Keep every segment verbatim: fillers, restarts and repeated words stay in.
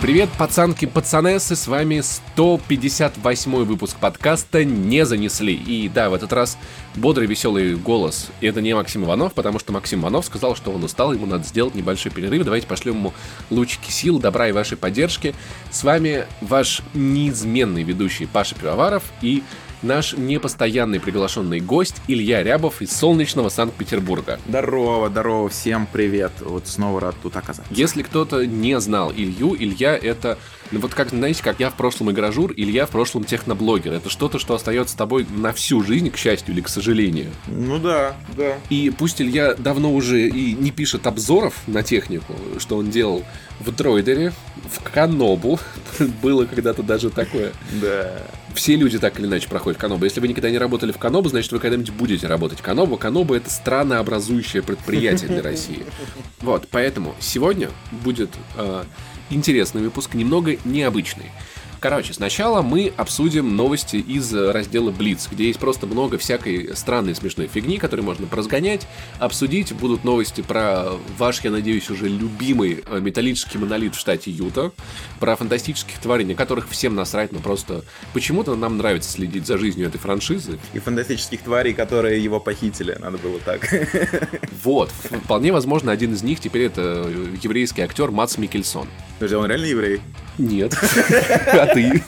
Привет, пацанки, пацанессы, с вами сто пятьдесят восьмой выпуск подкаста «Не занесли». И да, в этот раз бодрый, веселый голос. И это не Максим Иванов, потому что Максим Иванов сказал, что он устал, ему надо сделать небольшой перерыв. Давайте пошлем ему лучики сил, добра и вашей поддержки. С вами ваш неизменный ведущий Паша Пивоваров и наш непостоянный приглашенный гость Илья Рябов из солнечного Санкт-Петербурга. Здорово, здорово, всем привет. Вот снова рад тут оказаться. Если кто-то не знал Илью, Илья это... Ну вот как, знаете, как я в прошлом игражур, Илья в прошлом техноблогер. Это что-то, что остается с тобой на всю жизнь, к счастью или к сожалению. Ну да, да. И пусть Илья давно уже и не пишет обзоров на технику, что он делал в Дроидере, в Канобу. Было когда-то даже такое. Да. Все люди так или иначе проходят Канобу. Если вы никогда не работали в Канобу, значит, вы когда-нибудь будете работать в Канобу. Канобу — это странообразующее предприятие для России. Вот, поэтому сегодня будет э, интересный выпуск, немного необычный. Короче, сначала мы обсудим новости из раздела Блиц, где есть просто много всякой странной смешной фигни, которую можно поразгонять, обсудить. Будут новости про ваш, я надеюсь, уже любимый металлический монолит в штате Юта, про фантастических тварей, на которых всем насрать, но просто почему-то нам нравится следить за жизнью этой франшизы. И фантастических тварей, которые его похитили, надо было так. Вот, вполне возможно, один из них теперь это еврейский актер Мадс Миккельсон. Подожди, он реально еврей? Нет. А ты?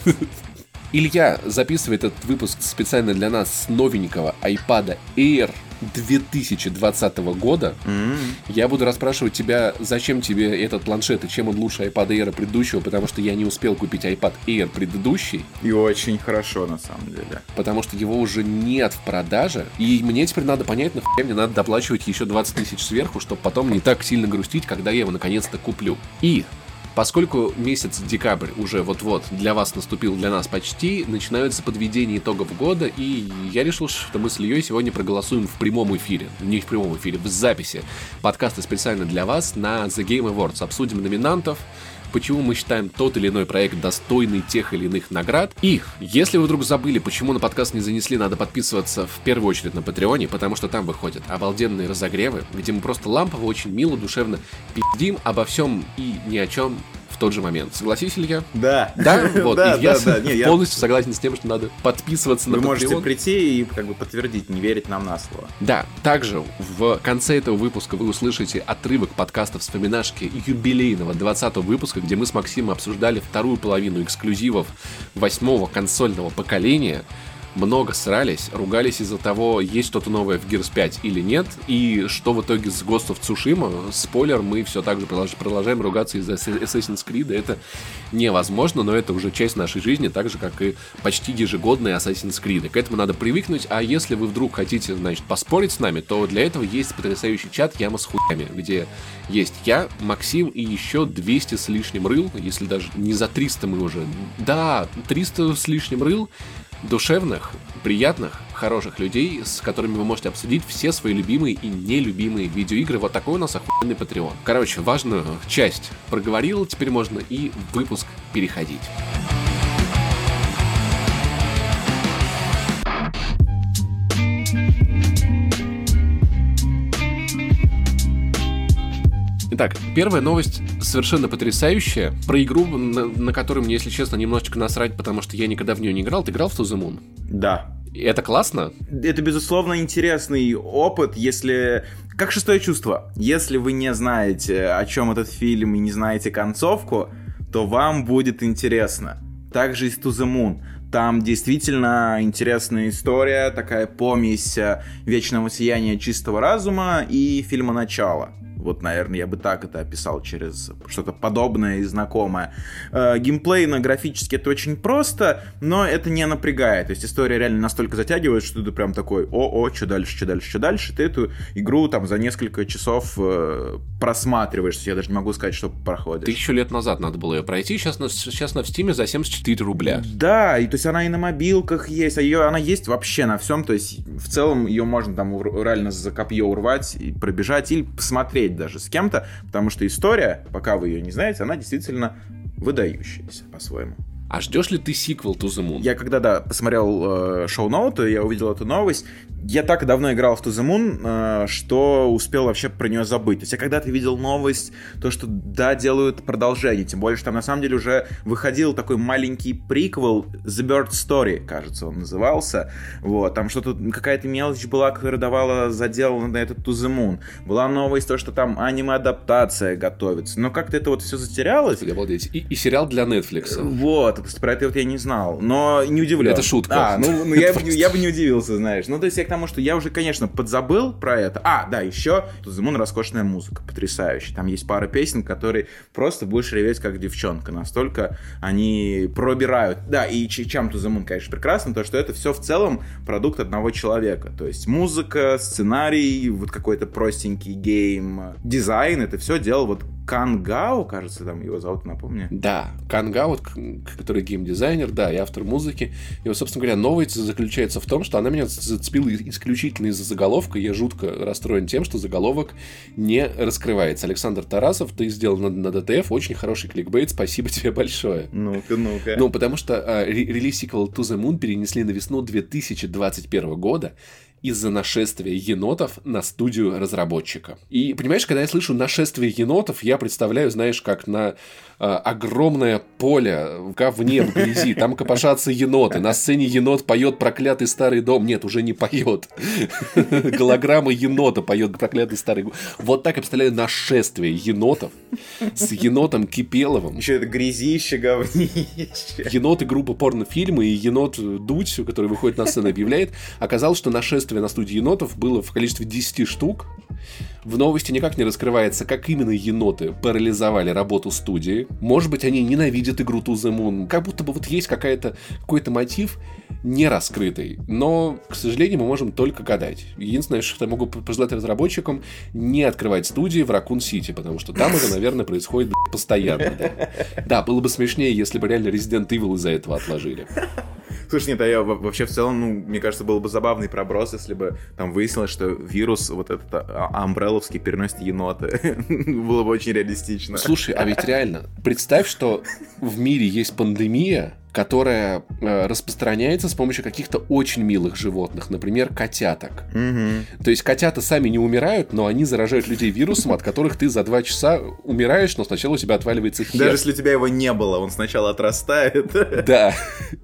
Илья записывает этот выпуск специально для нас с новенького iPad Air две тысячи двадцатого года. Mm-hmm. Я буду расспрашивать тебя, зачем тебе этот планшет и чем он лучше iPad Air предыдущего, потому что я не успел купить iPad Air предыдущий. И очень хорошо, на самом деле. Потому что его уже нет в продаже. И мне теперь надо понять, нахуя мне надо доплачивать еще двадцать тысяч сверху, чтобы потом не так сильно грустить, когда я его наконец-то куплю. И... поскольку месяц декабрь уже вот-вот для вас наступил, для нас почти, начинаются подведения итогов года, и я решил, что мы с Ильей сегодня проголосуем в прямом эфире, не в прямом эфире, в записи подкаста специально для вас на The Game Awards. Обсудим номинантов, почему мы считаем тот или иной проект достойный тех или иных наград. И если вы вдруг забыли, почему на подкаст не занесли, надо подписываться в первую очередь на Патреоне, потому что там выходят обалденные разогревы, где мы просто лампово, очень мило, душевно пиздим обо всем и ни о чем в тот же момент. Согласись, Илья? Да. Да? Вот. Да, и я да, да. Не, я... полностью согласен с тем, что надо подписываться вы на Patreon. Вы можете прийти и как бы подтвердить, не верить нам на слово. Да. Также в конце этого выпуска вы услышите отрывок подкаста «Вспоминашки» юбилейного двадцатого выпуска, где мы с Максимом обсуждали вторую половину эксклюзивов восьмого консольного поколения. Много срались, ругались из-за того, есть что-то новое в Gears пять или нет, и что в итоге с Ghost of Tsushima. Спойлер, мы все так же продолжаем ругаться из-за Assassin's Creed. Это невозможно, но это уже часть нашей жизни, так же, как и почти ежегодные Assassin's Creed. К этому надо привыкнуть, а если вы вдруг хотите, значит, поспорить с нами, то для этого есть потрясающий чат «Яма с хуями», где есть я, Максим и еще двести с лишним рыл, если даже не за триста мы уже... Да, триста с лишним рыл, душевных, приятных, хороших людей, с которыми вы можете обсудить все свои любимые и нелюбимые видеоигры. Вот такой у нас охуенный Patreon. Короче, важную часть проговорил, теперь можно и в выпуск переходить. Итак, первая новость совершенно потрясающая. Про игру, на, на которую мне, если честно, немножечко насрать, потому что я никогда в нее не играл. Ты играл в To The Moon? Да. И это классно? Это, безусловно, интересный опыт, если... Как шестое чувство. Если вы не знаете, о чем этот фильм, и не знаете концовку, то вам будет интересно. Также и с To The Moon. Там действительно интересная история, такая помесь «Вечного сияния чистого разума» и фильма «Начало». Вот, наверное, я бы так это описал через что-то подобное и знакомое. Э, геймплейно, графически это очень просто, но это не напрягает. То есть история реально настолько затягивает, что ты прям такой: о-о, что дальше, что дальше, что дальше. Ты эту игру там за несколько часов э, просматриваешь. Я даже не могу сказать, что проходишь. Тысячу лет назад надо было ее пройти, сейчас на, сейчас на Steam за семьдесят четыре рубля. Да, и то есть она и на мобилках есть, а ее, она есть вообще на всем. То есть в целом ее можно там реально за копье урвать и пробежать или посмотреть даже с кем-то, потому что история, пока вы ее не знаете, она действительно выдающаяся по-своему. А ждешь ли ты сиквел To The Moon? Я когда, да, посмотрел э, шоу-ноуты, я увидел эту новость, я так давно играл в To The Moon, что успел вообще про нее забыть. То есть я когда-то видел новость, то, что да, делают продолжение, тем более, что там на самом деле уже выходил такой маленький приквел The Bird Story, кажется, он назывался. Вот, там что-то, какая-то мелочь была, которая давала задел на этот To The Moon. Была новость, то, что там аниме-адаптация готовится. Но как-то это вот все затерялось. Обалдеть. И, и сериал для Netflix. Вот, про это вот я не знал, но не удивлен. Это шутка. А, ну, ну я, я бы не удивился, знаешь. Ну, то есть я к тому, что я уже, конечно, подзабыл про это. А, да, еще To The Moon роскошная музыка, потрясающая. Там есть пара песен, которые просто будешь реветь как девчонка. Настолько они пробирают. Да, и чем To The Moon, конечно, прекрасно, то, что это все в целом продукт одного человека. То есть музыка, сценарий, вот какой-то простенький гейм, дизайн, это все делал вот Кан Гао, кажется, там его зовут, напомни. Да, Кан Гао, который геймдизайнер, да, и автор музыки. И вот, собственно говоря, новость заключается в том, что она меня зацепила исключительно из-за заголовка. Я жутко расстроен тем, что заголовок не раскрывается. Александр Тарасов, ты сделал на, на ди ти эф очень хороший кликбейт, спасибо тебе большое. Ну-ка, ну-ка. Ну, потому что а, релиз сиквела To The Moon перенесли на весну две тысячи двадцать первого года из-за нашествия енотов на студию разработчика. И, понимаешь, когда я слышу «нашествие енотов», я представляю, знаешь, как на э, огромное поле в говне, в грязи, там копошатся еноты, на сцене енот поет «Проклятый старый дом». Нет, уже не поет. Голограмма енота поет «Проклятый старый дом». Вот так я представляю нашествие енотов с енотом Кипеловым. Еще это грязище, говнище. Енот и группа порнофильмы, и енот Дудь, который выходит на сцену, объявляет, оказалось, что нашествие на студии енотов было в количестве десять штук. В новости никак не раскрывается, как именно еноты парализовали работу студии. Может быть, они ненавидят игру To The Moon. Как будто бы вот есть какая-то, какой-то мотив не раскрытый. Но, к сожалению, мы можем только гадать. Единственное, что я могу пожелать разработчикам, не открывать студии в Ракун-Сити, потому что там это, наверное, происходит постоянно. Да. да, было бы смешнее, если бы реально Resident Evil из-за этого отложили. Слушай, нет, а я вообще в целом, ну, мне кажется, был бы забавный проброс, если бы там выяснилось, что вирус вот этот амбрелловский переносит еноты. Было бы очень реалистично. Слушай, а ведь реально, представь, что в мире есть пандемия, которая э, распространяется с помощью каких-то очень милых животных, например, котяток. Угу. То есть котята сами не умирают, но они заражают людей вирусом, от которых ты за два часа умираешь, но сначала у тебя отваливается хер. Даже если у тебя его не было, он сначала отрастает. Да.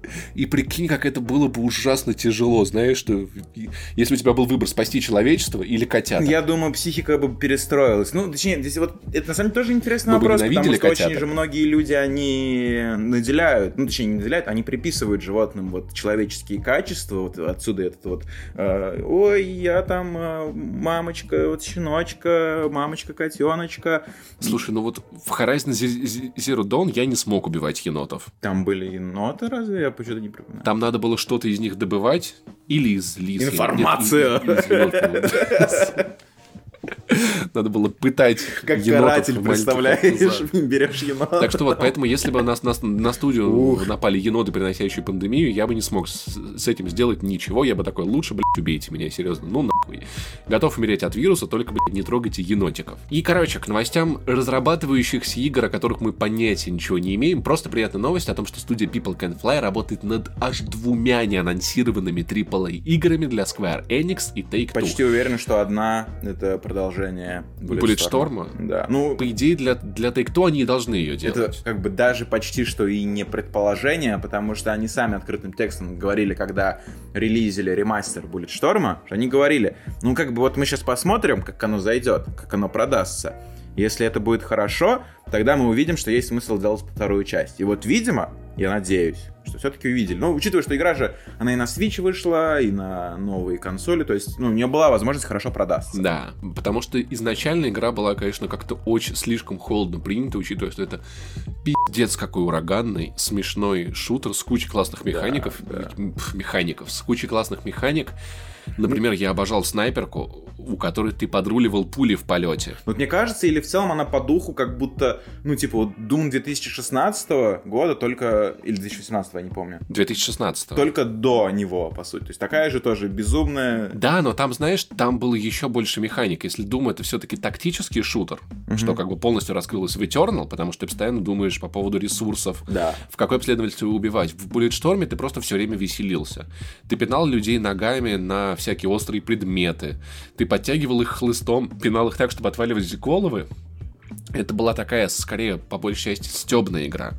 И прикинь, как это было бы ужасно тяжело, знаешь, что если у тебя был выбор спасти человечество или котята. Я думаю, психика бы перестроилась. Ну, точнее, здесь вот это на самом деле тоже интересный Вы вопрос, потому что котяток? Очень же многие люди, они наделяют, ну, точнее, не наделяют, они приписывают животным вот человеческие качества, вот отсюда этот вот э, ой, я там э, мамочка, вот щеночка, мамочка, котеночка. Слушай, ну вот в Horizon Zero Dawn я не смог убивать енотов. Там были еноты, разве? Я почему-то не припоминаю. Там надо было что-то из них добывать или из лис. Информацию! Надо было пытать как енотов. Как каратель, представляешь, берешь енота. Так что вот, поэтому, если бы нас, нас на студию Ух. напали еноты, приносящие пандемию, я бы не смог с, с этим сделать ничего. Я бы такой, лучше, блядь, убейте меня, серьезно, ну нахуй. Готов умереть от вируса, только, блядь, не трогайте енотиков. И, короче, к новостям разрабатывающихся игр, о которых мы понятия ничего не имеем. Просто приятная новость о том, что студия People Can Fly работает над аж двумя неанонсированными трипл эй играми для Square Enix и Take-Two. Почти уверен, что одна это продолжение Bulletstorm. Да. Ну, по идее, для, для Take-Two они и должны ее делать. Это как бы даже почти что и не предположение, потому что они сами открытым текстом говорили, когда релизили ремастер Bulletstorm, что они говорили, ну как бы вот мы сейчас посмотрим, как оно зайдет, как оно продастся. Если это будет хорошо, тогда мы увидим, что есть смысл делать вторую часть. И вот, видимо, я надеюсь, что все-таки увидели. Ну, учитывая, что игра же, она и на Switch вышла, и на новые консоли, то есть, ну, у нее была возможность хорошо продастся. Да, потому что изначально игра была, конечно, как-то очень слишком холодно принята, учитывая, что это пиздец какой ураганный, смешной шутер с кучей классных механиков, да, да. Пф, механиков, с кучей классных механик. Например, я обожал снайперку, у которой ты подруливал пули в полете. Вот мне кажется, или в целом она по духу как будто, ну, типа, вот Doom две тысячи шестнадцатого года, только, или две тысячи восемнадцатого, шестнадцатого, я не помню. две тысячи шестнадцатого. Только до него, по сути. То есть такая же тоже безумная... Да, но там, знаешь, там было еще больше механик. Если думаю, это все-таки тактический шутер, mm-hmm. что как бы полностью раскрылось в Eternal, потому что ты постоянно думаешь по поводу ресурсов, да. в какой последовательности убивать. В Bulletstorm ты просто все время веселился. Ты пинал людей ногами на всякие острые предметы. Ты подтягивал их хлыстом, пинал их так, чтобы отваливались головы. Это была такая, скорее, по большей части, стёбная игра.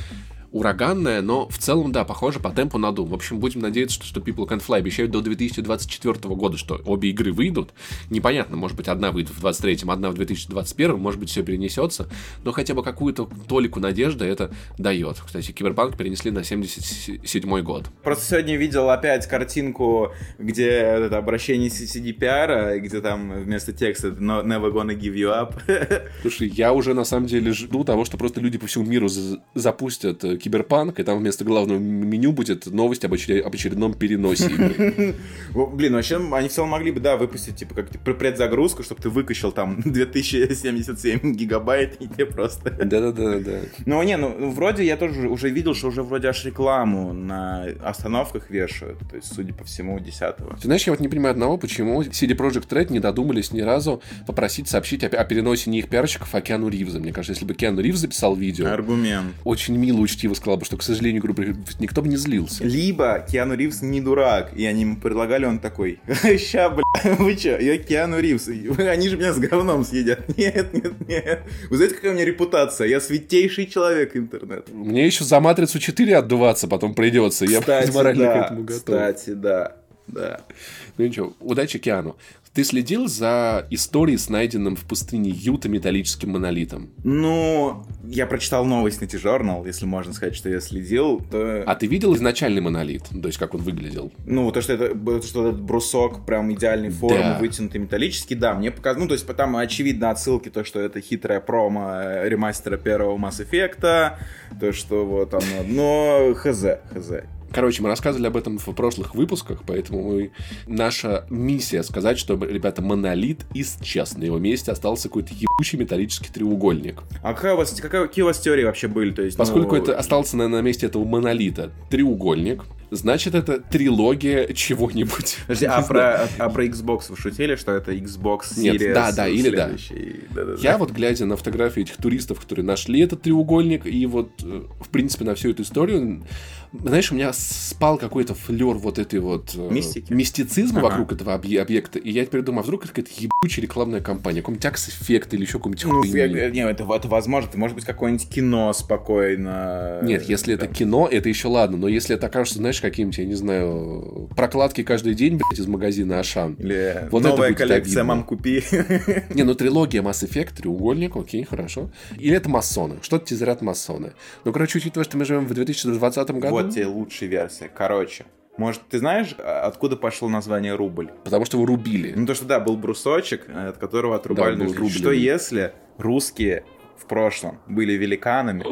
Ураганная, но в целом, да, похоже по темпу на Doom. В общем, будем надеяться, что, что People Can Fly обещают до две тысячи двадцать четвёртого года, что обе игры выйдут. Непонятно, может быть, одна выйдет в двадцать третьем, одна в две тысячи двадцать первом, может быть, все перенесется, но хотя бы какую-то толику надежды это дает. Кстати, Киберпанк перенесли на семьдесят седьмой год. Просто сегодня видел опять картинку, где это обращение си ди пи ар, где там вместо текста no, never gonna give you up. Слушай, я уже на самом деле жду того, что просто люди по всему миру за- запустят Киберпанк, и там вместо главного меню будет новость об, очер... об очередном переносе игры. Блин, вообще они в целом могли бы, да, выпустить, типа, как предзагрузку, чтобы ты выкачал там две тысячи семьдесят семь гигабайт, и тебе просто... Да-да-да. Ну, не, ну, вроде я тоже уже видел, что уже вроде аж рекламу на остановках вешают, то есть, судя по всему, десятого. Ты знаешь, я вот не понимаю одного, почему си ди Projekt Red не додумались ни разу попросить сообщить о, о переносе не их пиарщиков, а Киану Ривза. Мне кажется, если бы Киану Ривз записал видео... Аргумент. Очень мило, учтиво сказал бы, что, к сожалению, грубо говоря, никто бы не злился. Либо Киану Ривз не дурак, и они ему предлагали, он такой: ща, бля, вы чё, я Киану Ривз, они же меня с говном съедят. Нет, нет, нет. Вы знаете, какая у меня репутация? Я святейший человек интернета. Мне еще за Матрицу четыре отдуваться потом придется. Кстати, я морально да, к этому готов. Кстати, да, да. Ну ничего, удачи Киану. Ты следил за историей с найденным в пустыне Юта металлическим монолитом? Ну, я прочитал новость на T-Journal, если можно сказать, что я следил, то... А ты видел изначальный монолит? То есть, как он выглядел? Ну, то, что, это, что этот брусок прям идеальной формы, да. вытянутый металлический, да, мне показалось... Ну, то есть, там очевидно отсылки, то, что это хитрая промо ремастера первого Mass Effect, то, что вот оно... Но хз, хз. Короче, мы рассказывали об этом в прошлых выпусках, поэтому мы... наша миссия сказать, что, ребята, монолит исчез. На его месте остался какой-то ебучий металлический треугольник. А какая у вас, какая, какие у вас теории вообще были? То есть, Поскольку ну... это остался на, на месте этого монолита треугольник, значит, это трилогия чего-нибудь. Подожди, а про, а про Xbox вы шутили, что это Xbox Series? Нет, да, да, или да. да, да Я да. вот, глядя на фотографии этих туристов, которые нашли этот треугольник, и вот, в принципе, на всю эту историю, знаешь, у меня спал какой-то флёр вот этой вот Мистики. мистицизма ага. вокруг этого объекта, и я теперь думаю, а вдруг это какая-то ебучая рекламная кампания, какой-нибудь Акс-эффект или еще какой-нибудь ну, хуйни. я, не, это, это возможно, это может быть какое-нибудь кино спокойно. Нет, если да. это кино, это еще ладно, но если это окажется, знаешь, каким-нибудь, я не знаю, прокладки каждый день, блядь, из магазина Ашан. Или вот новая коллекция «Мам, купи». Не, ну трилогия Mass Effect, треугольник, окей, хорошо. Или это масоны, что-то тизерят масоны. Ну, короче, учитывая, что мы живем в две тысячи двадцатом году... Вот тебе лучшая версия. Короче, может, ты знаешь, откуда пошло название рубль? Потому что его рубили. Ну, то, что да, был брусочек, от которого отрубали. Да, был что если русские в прошлом были великанами?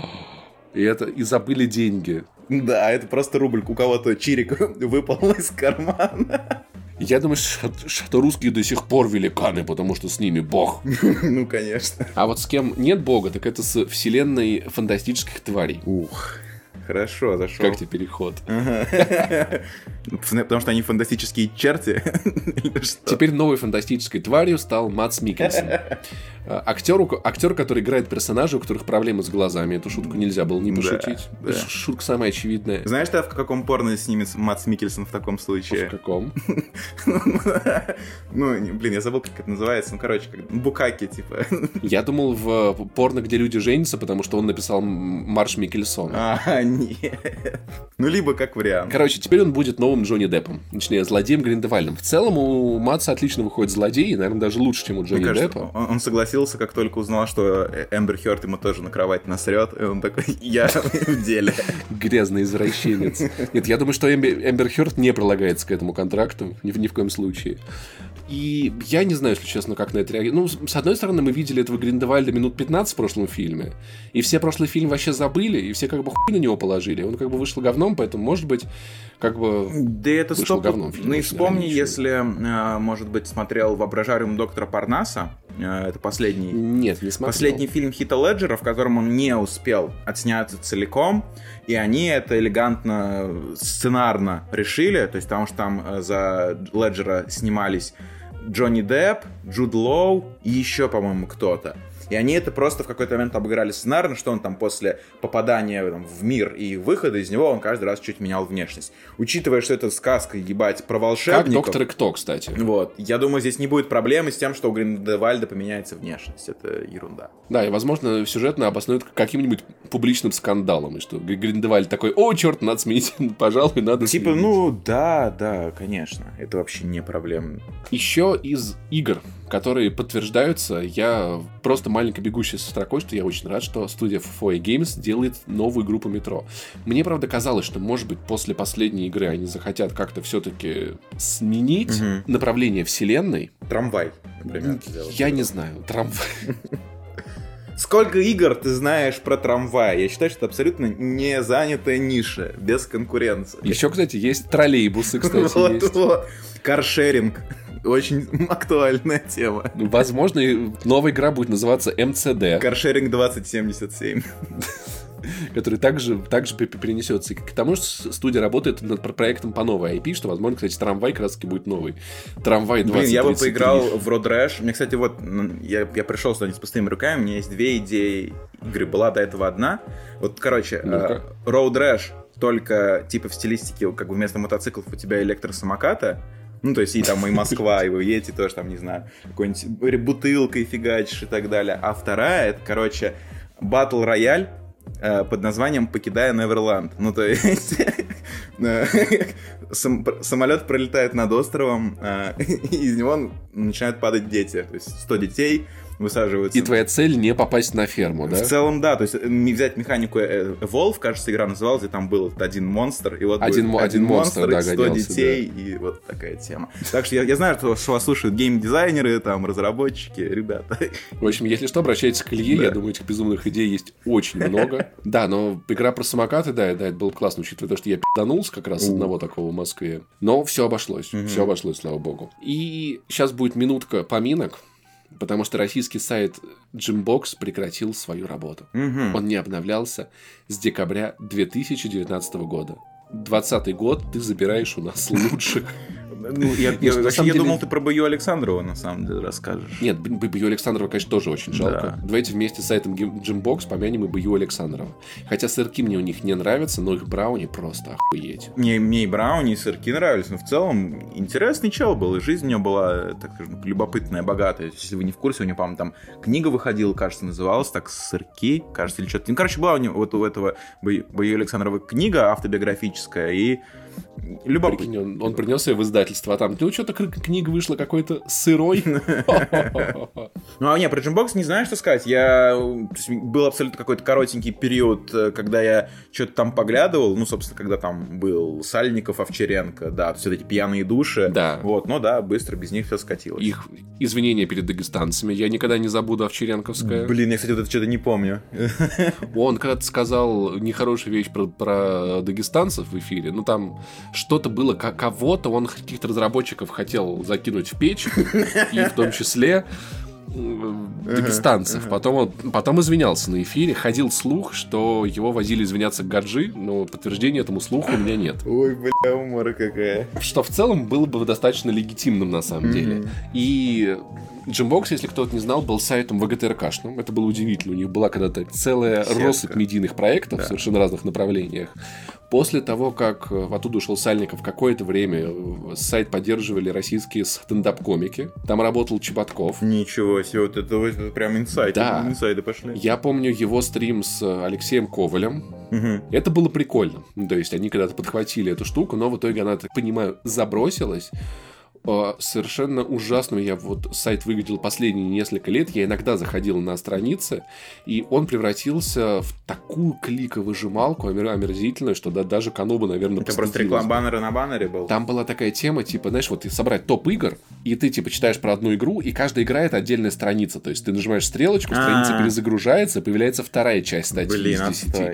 И это и забыли деньги. Да, это просто рубль. У кого-то чирик выпал из кармана. Я думаю, что, что русские до сих пор великаны, потому что с ними бог. Ну, конечно. А вот с кем нет бога, так это с вселенной фантастических тварей. Ух. Хорошо, зашел. Как тебе переход? Потому что они фантастические черти? Теперь новой фантастической тварью стал Мадс Миккельсен. Актер, актер, который играет персонажей, у которых проблемы с глазами. Эту шутку нельзя было не пошутить. Да, да. Шутка самая очевидная. Знаешь, ты в каком порно снимет Мадс Миккельсен в таком случае? В каком? Ну, блин, я забыл, как это называется. Ну, короче, как букаки, типа. Я думал в порно, где люди женятся, потому что он написал марш Миккельсона. А, нет. Ну, либо как вариант. Короче, теперь он будет новым Джонни Деппом. Точнее, злодеем Гриндевальдом. В целом у Мадса отлично выходит злодей, наверное, даже лучше, чем у Джонни Мне кажется, Деппа. Он, он согласился, как только узнал, что Эмбер Хёрд ему тоже на кровать насрет, и он такой: я в деле. Грязный извращенец. Нет, я думаю, что Эмбер Хёрд не прилагается к этому контракту, ни в, ни в коем случае. И я не знаю, если честно, как на это реагировать. Ну, с одной стороны, мы видели этого Гриндевальда минут пятнадцать в прошлом фильме, и все прошлый фильм вообще забыли, и все как бы хуй на него положили. Он как бы вышел говном, поэтому, может быть, как бы да это вышел стоп... говном фильм. Ну и вспомни, если, может быть, смотрел «Воображариум доктора Парнаса», Это последний... Нет, не смотрел. Последний фильм Хита Леджера, в котором он не успел отсняться целиком, и они это элегантно, сценарно решили, то есть потому что там за Леджера снимались Джонни Депп, Джуд Лоу и еще, по-моему, кто-то. И они это просто в какой-то момент обыграли сценарно, что он там после попадания там, в мир и выхода из него, он каждый раз чуть менял внешность. Учитывая, что это сказка, ебать, про волшебников... Как Доктор Кто, кстати. Вот. Я думаю, здесь не будет проблемы с тем, что у Гриндевальда поменяется внешность. Это ерунда. Да, и, возможно, сюжетно обоснуют каким-нибудь публичным скандалом, и что Гриндевальд такой: о, черт, надо сменить, пожалуй, надо Типа, сменить. ну, да, да, конечно. Это вообще не проблема. Еще из игр, которые подтверждаются, я просто маленько бегущий со строкой, что я очень рад, что студия эф эй Games делает новую игру по метро. Мне, правда, казалось, что, может быть, после последней игры они захотят как-то все-таки сменить угу. направление вселенной. Трамвай, например. Я не знаю, трамвай. Сколько игр ты знаешь про трамвай? Я считаю, что это абсолютно не занятая ниша, без конкуренции. Еще, кстати, есть троллейбусы, кстати, вот, есть. Вот. Каршеринг. Очень актуальная тема. Возможно, новая игра будет называться эм цэ дэ. Каршеринг двадцать семьдесят семь. Который также, также перенесется. И к тому, что студия работает над проектом по новой ай пи, что, возможно, кстати, трамвай как раз таки будет новый. Трамвай двадцать тридцать три. Блин, я бы поиграл в Road Rash. Мне, кстати, вот, я, я пришел сюда не с пустыми руками, у меня есть две идеи игры. Была до этого одна. Вот, короче, ну-ка. Road Rash, только типа в стилистике, как бы вместо мотоциклов у тебя электросамоката. Ну, то есть, и там и Москва, и вы едете тоже, там, не знаю, какой-нибудь бутылкой фигачишь и так далее. А вторая, это, короче, батл рояль э, под названием «Покидая Неверленд». Ну, то есть, самолет пролетает над островом, и из него начинают падать дети. То есть, сто детей высаживаются. И твоя цель не попасть на ферму, да? В целом, да. То есть, взять механику Evolve, кажется, игра называлась, где там был один монстр, и вот один, будет один, один монстр, да, сто гонялся, детей, да. И вот такая тема. Так что я, я знаю, что вас слушают гейм-дизайнеры, там, разработчики, ребята. В общем, если что, обращайтесь к Илье, да. Я думаю, этих безумных идей есть очень много. Да, но игра про самокаты, да, да, это было классно, учитывая то, что я пи***нулся как раз с одного такого в Москве. Но все обошлось, все обошлось, слава богу. И сейчас будет минутка поминок. Потому что российский сайт Gymbox прекратил свою работу. Угу. Он не обновлялся с декабря две тысячи девятнадцатого года. двадцатый год ты забираешь у нас лучших. Ну, я, я, вообще, я деле... думал, ты про Бою Александрова на самом деле расскажешь. Нет, Бою Александрова, конечно, тоже очень жалко. Да. Давайте вместе с сайтом Gymbox помянем и Бою Александрова. Хотя сырки мне у них не нравятся, но их брауни просто охуеть. Мне, мне и брауни, и сырки нравились, но в целом интересный чел был, и жизнь у него была, так скажем, любопытная, богатая. Если вы не в курсе, у него, по-моему, там книга выходила, кажется, называлась так «Сырки», кажется, или что-то. Ну, короче, была у него вот у этого Бою Александрова книга автобиографическая, и любопытно. Прикинь, он, он принес ее в издательство, а там, ну, что-то книга вышла какой-то сырой. Ну, а не, про Gymbox не знаю, что сказать. Я... Был абсолютно какой-то коротенький период, когда я что-то там поглядывал. Ну, собственно, когда там был Сальников, Овчаренко, да, все эти пьяные души. Да. Вот, ну да, быстро без них все скатилось. Их извинения перед дагестанцами. Я никогда не забуду Овчаренковское. Блин, я, кстати, вот это что-то не помню. Он когда-то сказал нехорошую вещь про, про дагестанцев в эфире. Ну, там что-то было, кого-то он каких-то разработчиков хотел закинуть в печь, и в том числе дагестанцев. Потом он потом извинялся на эфире. Ходил слух, что его возили извиняться к Гаджи, но подтверждения этому слуху у меня нет. Ой, бля, умора какая. Что в целом было бы достаточно легитимным на самом деле. И Gymbox, если кто-то не знал, был сайтом вэ гэ тэ эр ка-шным. Это было удивительно. У них была когда-то целая Сетка. россыпь медийных проектов Да. в совершенно разных направлениях. После того, как оттуда ушел Сальников, какое-то время сайт поддерживали российские стендап-комики. Там работал Чеботков. Ничего себе, вот это, вот это прям инсайды. Да. Инсайды пошли. Я помню его стрим с Алексеем Ковалем. Угу. Это было прикольно. Ну, то есть, они когда-то подхватили эту штуку, но в итоге она, так понимаю, забросилась. Совершенно ужасно. Я вот сайт выглядел последние несколько лет. Я иногда заходил на страницы, и он превратился в такую кликовыжималку омерзительную, что да, даже Каноба, наверное, Это просто реклама баннера на баннере был. Там была такая тема, типа, знаешь, вот собрать топ игр, и ты, типа, читаешь про одну игру, и каждая игра — это отдельная страница. То есть ты нажимаешь стрелочку, страница А-а-а. перезагружается, появляется вторая часть статьи Блин, из десяти. отстой.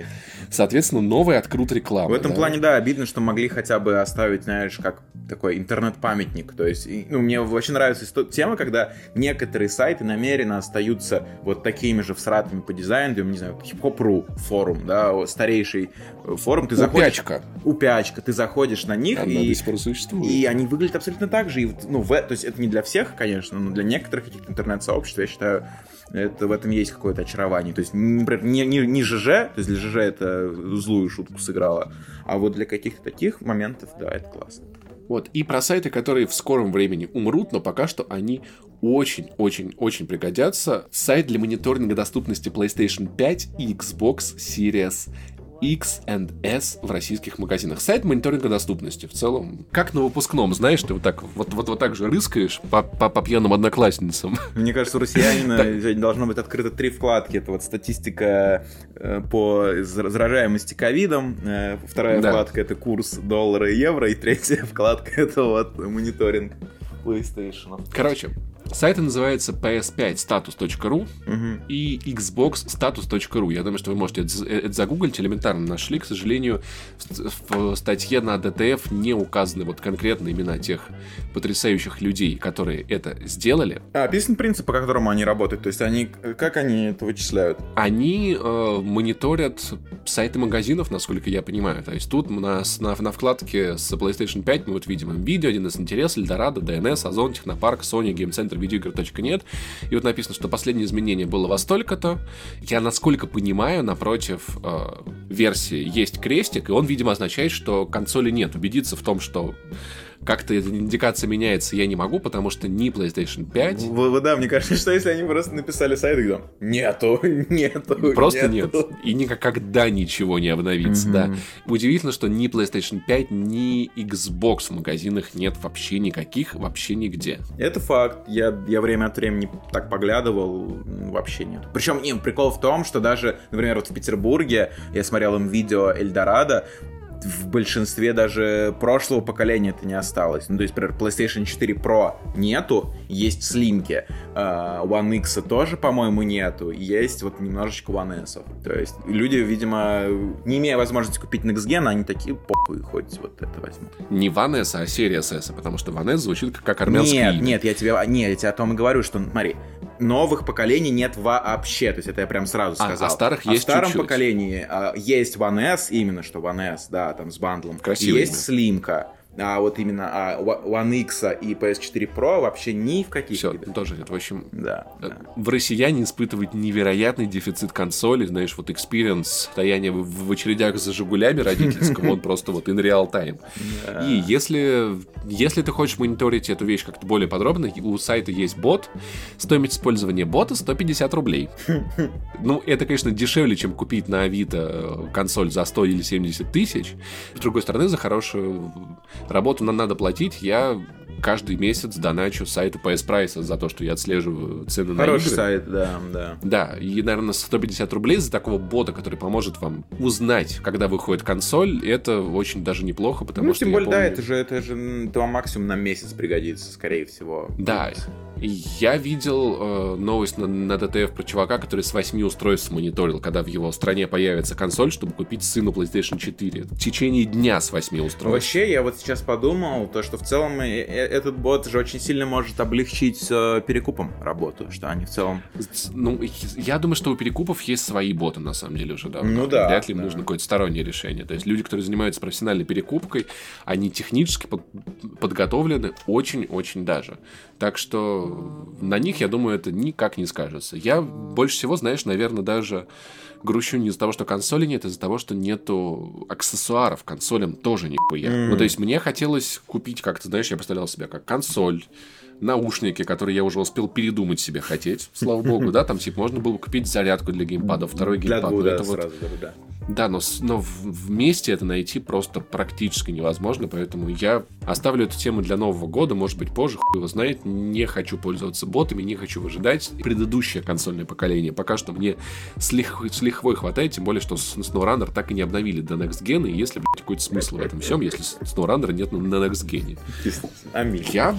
Соответственно, новые открут рекламу. В этом да? плане, да, обидно, что могли хотя бы оставить, знаешь, как такой интернет-памятник. То есть, ну, мне вообще нравится тема, когда некоторые сайты намеренно остаются вот такими же всратыми по дизайну, не знаю, хип-хоп.ру форум, да, старейший форум. Ты заходишь... Упячка. Упячка. Ты заходишь на них, Она и... до сих пор существует. И они выглядят абсолютно так же. И, ну, в... То есть, это не для всех, конечно, но для некоторых каких-то интернет-сообществ, я считаю, это, в этом есть какое-то очарование. То есть, например, не, не, не ЖЖ, то есть для ЖЖ это злую шутку сыграло, а вот для каких-то таких моментов, да, это классно. Вот, и про сайты, которые в скором времени умрут, но пока что они очень-очень-очень пригодятся. Сайт для мониторинга доступности PlayStation пять и Xbox Series X и S в российских магазинах. Сайт мониторинга доступности в целом. Как на выпускном, знаешь, ты вот так вот, вот, вот так же рыскаешь по, по, по пьяным одноклассницам. Мне кажется, у россиянина должно быть открыто три вкладки. Это вот статистика по заражаемости ковидом, вторая Да. вкладка — это курс доллара и евро, и третья вкладка — это вот мониторинг PlayStation. Короче, сайты называются пи эс пять статус точка ру Угу. и Xbox статус точка ру. Я думаю, что вы можете это, это загуглить, элементарно нашли. К сожалению, в, в статье на ди ти эф не указаны вот конкретные имена тех потрясающих людей, которые это сделали. А, описан принцип, по которому они работают. То есть они, как они это вычисляют? Они э, мониторят сайты магазинов, насколько я понимаю. То есть тут у нас на, на вкладке с PlayStation пять мы вот видим видео, один из интерес, Эльдорадо, ди эн эс, Озон, Технопарк, Sony, Геймцентр, видеоигр точка нет. И вот написано, что последнее изменение было во столько-то. Я, насколько понимаю, напротив э, версии есть крестик, и он, видимо, означает, что консоли нет. Убедиться в том, что как-то эта индикация меняется, я не могу, потому что ни PlayStation пять... В, да, мне кажется, что если они просто написали сайт, и там нету, нету, Просто нету. нет. И никогда ничего не обновится, Мгм. да. Удивительно, что ни PlayStation пять, ни Xbox в магазинах нет вообще никаких, вообще нигде. Это факт. Я, я время от времени так поглядывал, вообще нет. Причем, не, прикол в том, что даже, например, вот в Петербурге я смотрел им видео Эльдорадо, в большинстве даже прошлого поколения это не осталось. Ну, то есть, например, PlayStation четыре Pro нету, есть слимки. Uh, One X тоже, по-моему, нету. Есть вот немножечко One S. То есть люди, видимо, не имея возможности купить Next Gen, они такие, похуй, хоть вот это возьму. Не One S, а Series S, потому что One S звучит как, как армянский. Нет, нет, я тебе, нет, я тебе о том и говорю, что, смотри, новых поколений нет вообще, то есть это я прям сразу А, сказал. а старых а есть в старом чуть-чуть. поколении а, есть One S, именно что One S, да, там с бандлом. Красиво Есть именно. слимка, а вот именно а, One X и пи эс четыре Pro вообще ни в каких Все, видах. тоже нет. В общем, Да, да. в россияне испытывают невероятный дефицит консолей, знаешь, вот experience, стояние в, в очередях за Жигулями родительского, он просто вот in real time. Да. И если, если ты хочешь мониторить эту вещь как-то более подробно, у сайта есть бот, стоимость использования бота сто пятьдесят рублей. Ну, это, конечно, дешевле, чем купить на Авито консоль за сто или семьдесят тысяч. С другой стороны, за хорошую работу нам надо платить. Я каждый месяц доначу сайту пи эс Price за то, что я отслеживаю цены на игры. Хороший сайт, да, да. Да, и, наверное, сто пятьдесят рублей за такого бота, который поможет вам узнать, когда выходит консоль, это очень даже неплохо, потому Ну, что тем я более, да, помню- это же, это же это вам максимум на месяц пригодится, скорее всего. Да, и я видел э, новость на, на ди ти эф про чувака, который с восьми устройств мониторил, когда в его стране появится консоль, чтобы купить сыну PlayStation четыре. В течение дня с восьми устройств. Вообще, я вот сейчас подумал, то, что в целом э- э- этот бот же очень сильно может облегчить э, перекупом работу, что они в целом... Ну, я думаю, что у перекупов есть свои боты, на самом деле, уже давно. Ну да, Вряд ли им да. нужно какое-то стороннее решение. То есть люди, которые занимаются профессиональной перекупкой, они технически под- подготовлены очень-очень даже. Так что на них, я думаю, это никак не скажется. Я больше всего, знаешь, наверное, даже грущу не из-за того, что консоли нет, а из-за того, что нету аксессуаров. Консолям тоже нихуя. Mm. Ну, то есть мне хотелось купить как-то, знаешь, я представлял себя как консоль, наушники, которые я уже успел передумать себе хотеть, слава богу, да, там, типа, можно было бы купить зарядку для геймпада, второй Для геймпад. двух, но да, это вот- сразу, да, да. Да, но, с- но в- вместе это найти просто практически невозможно, поэтому я оставлю эту тему для Нового года, может быть, позже, хуй его знает, не хочу пользоваться ботами, не хочу выжидать предыдущее консольное поколение, пока что мне с, лих- с лихвой хватает, тем более, что с- SnowRunner так и не обновили до Next Gen, и если, блядь, какой-то смысл в этом всем, если с- SnowRunner нет на, на Next Gen. Аминь. Я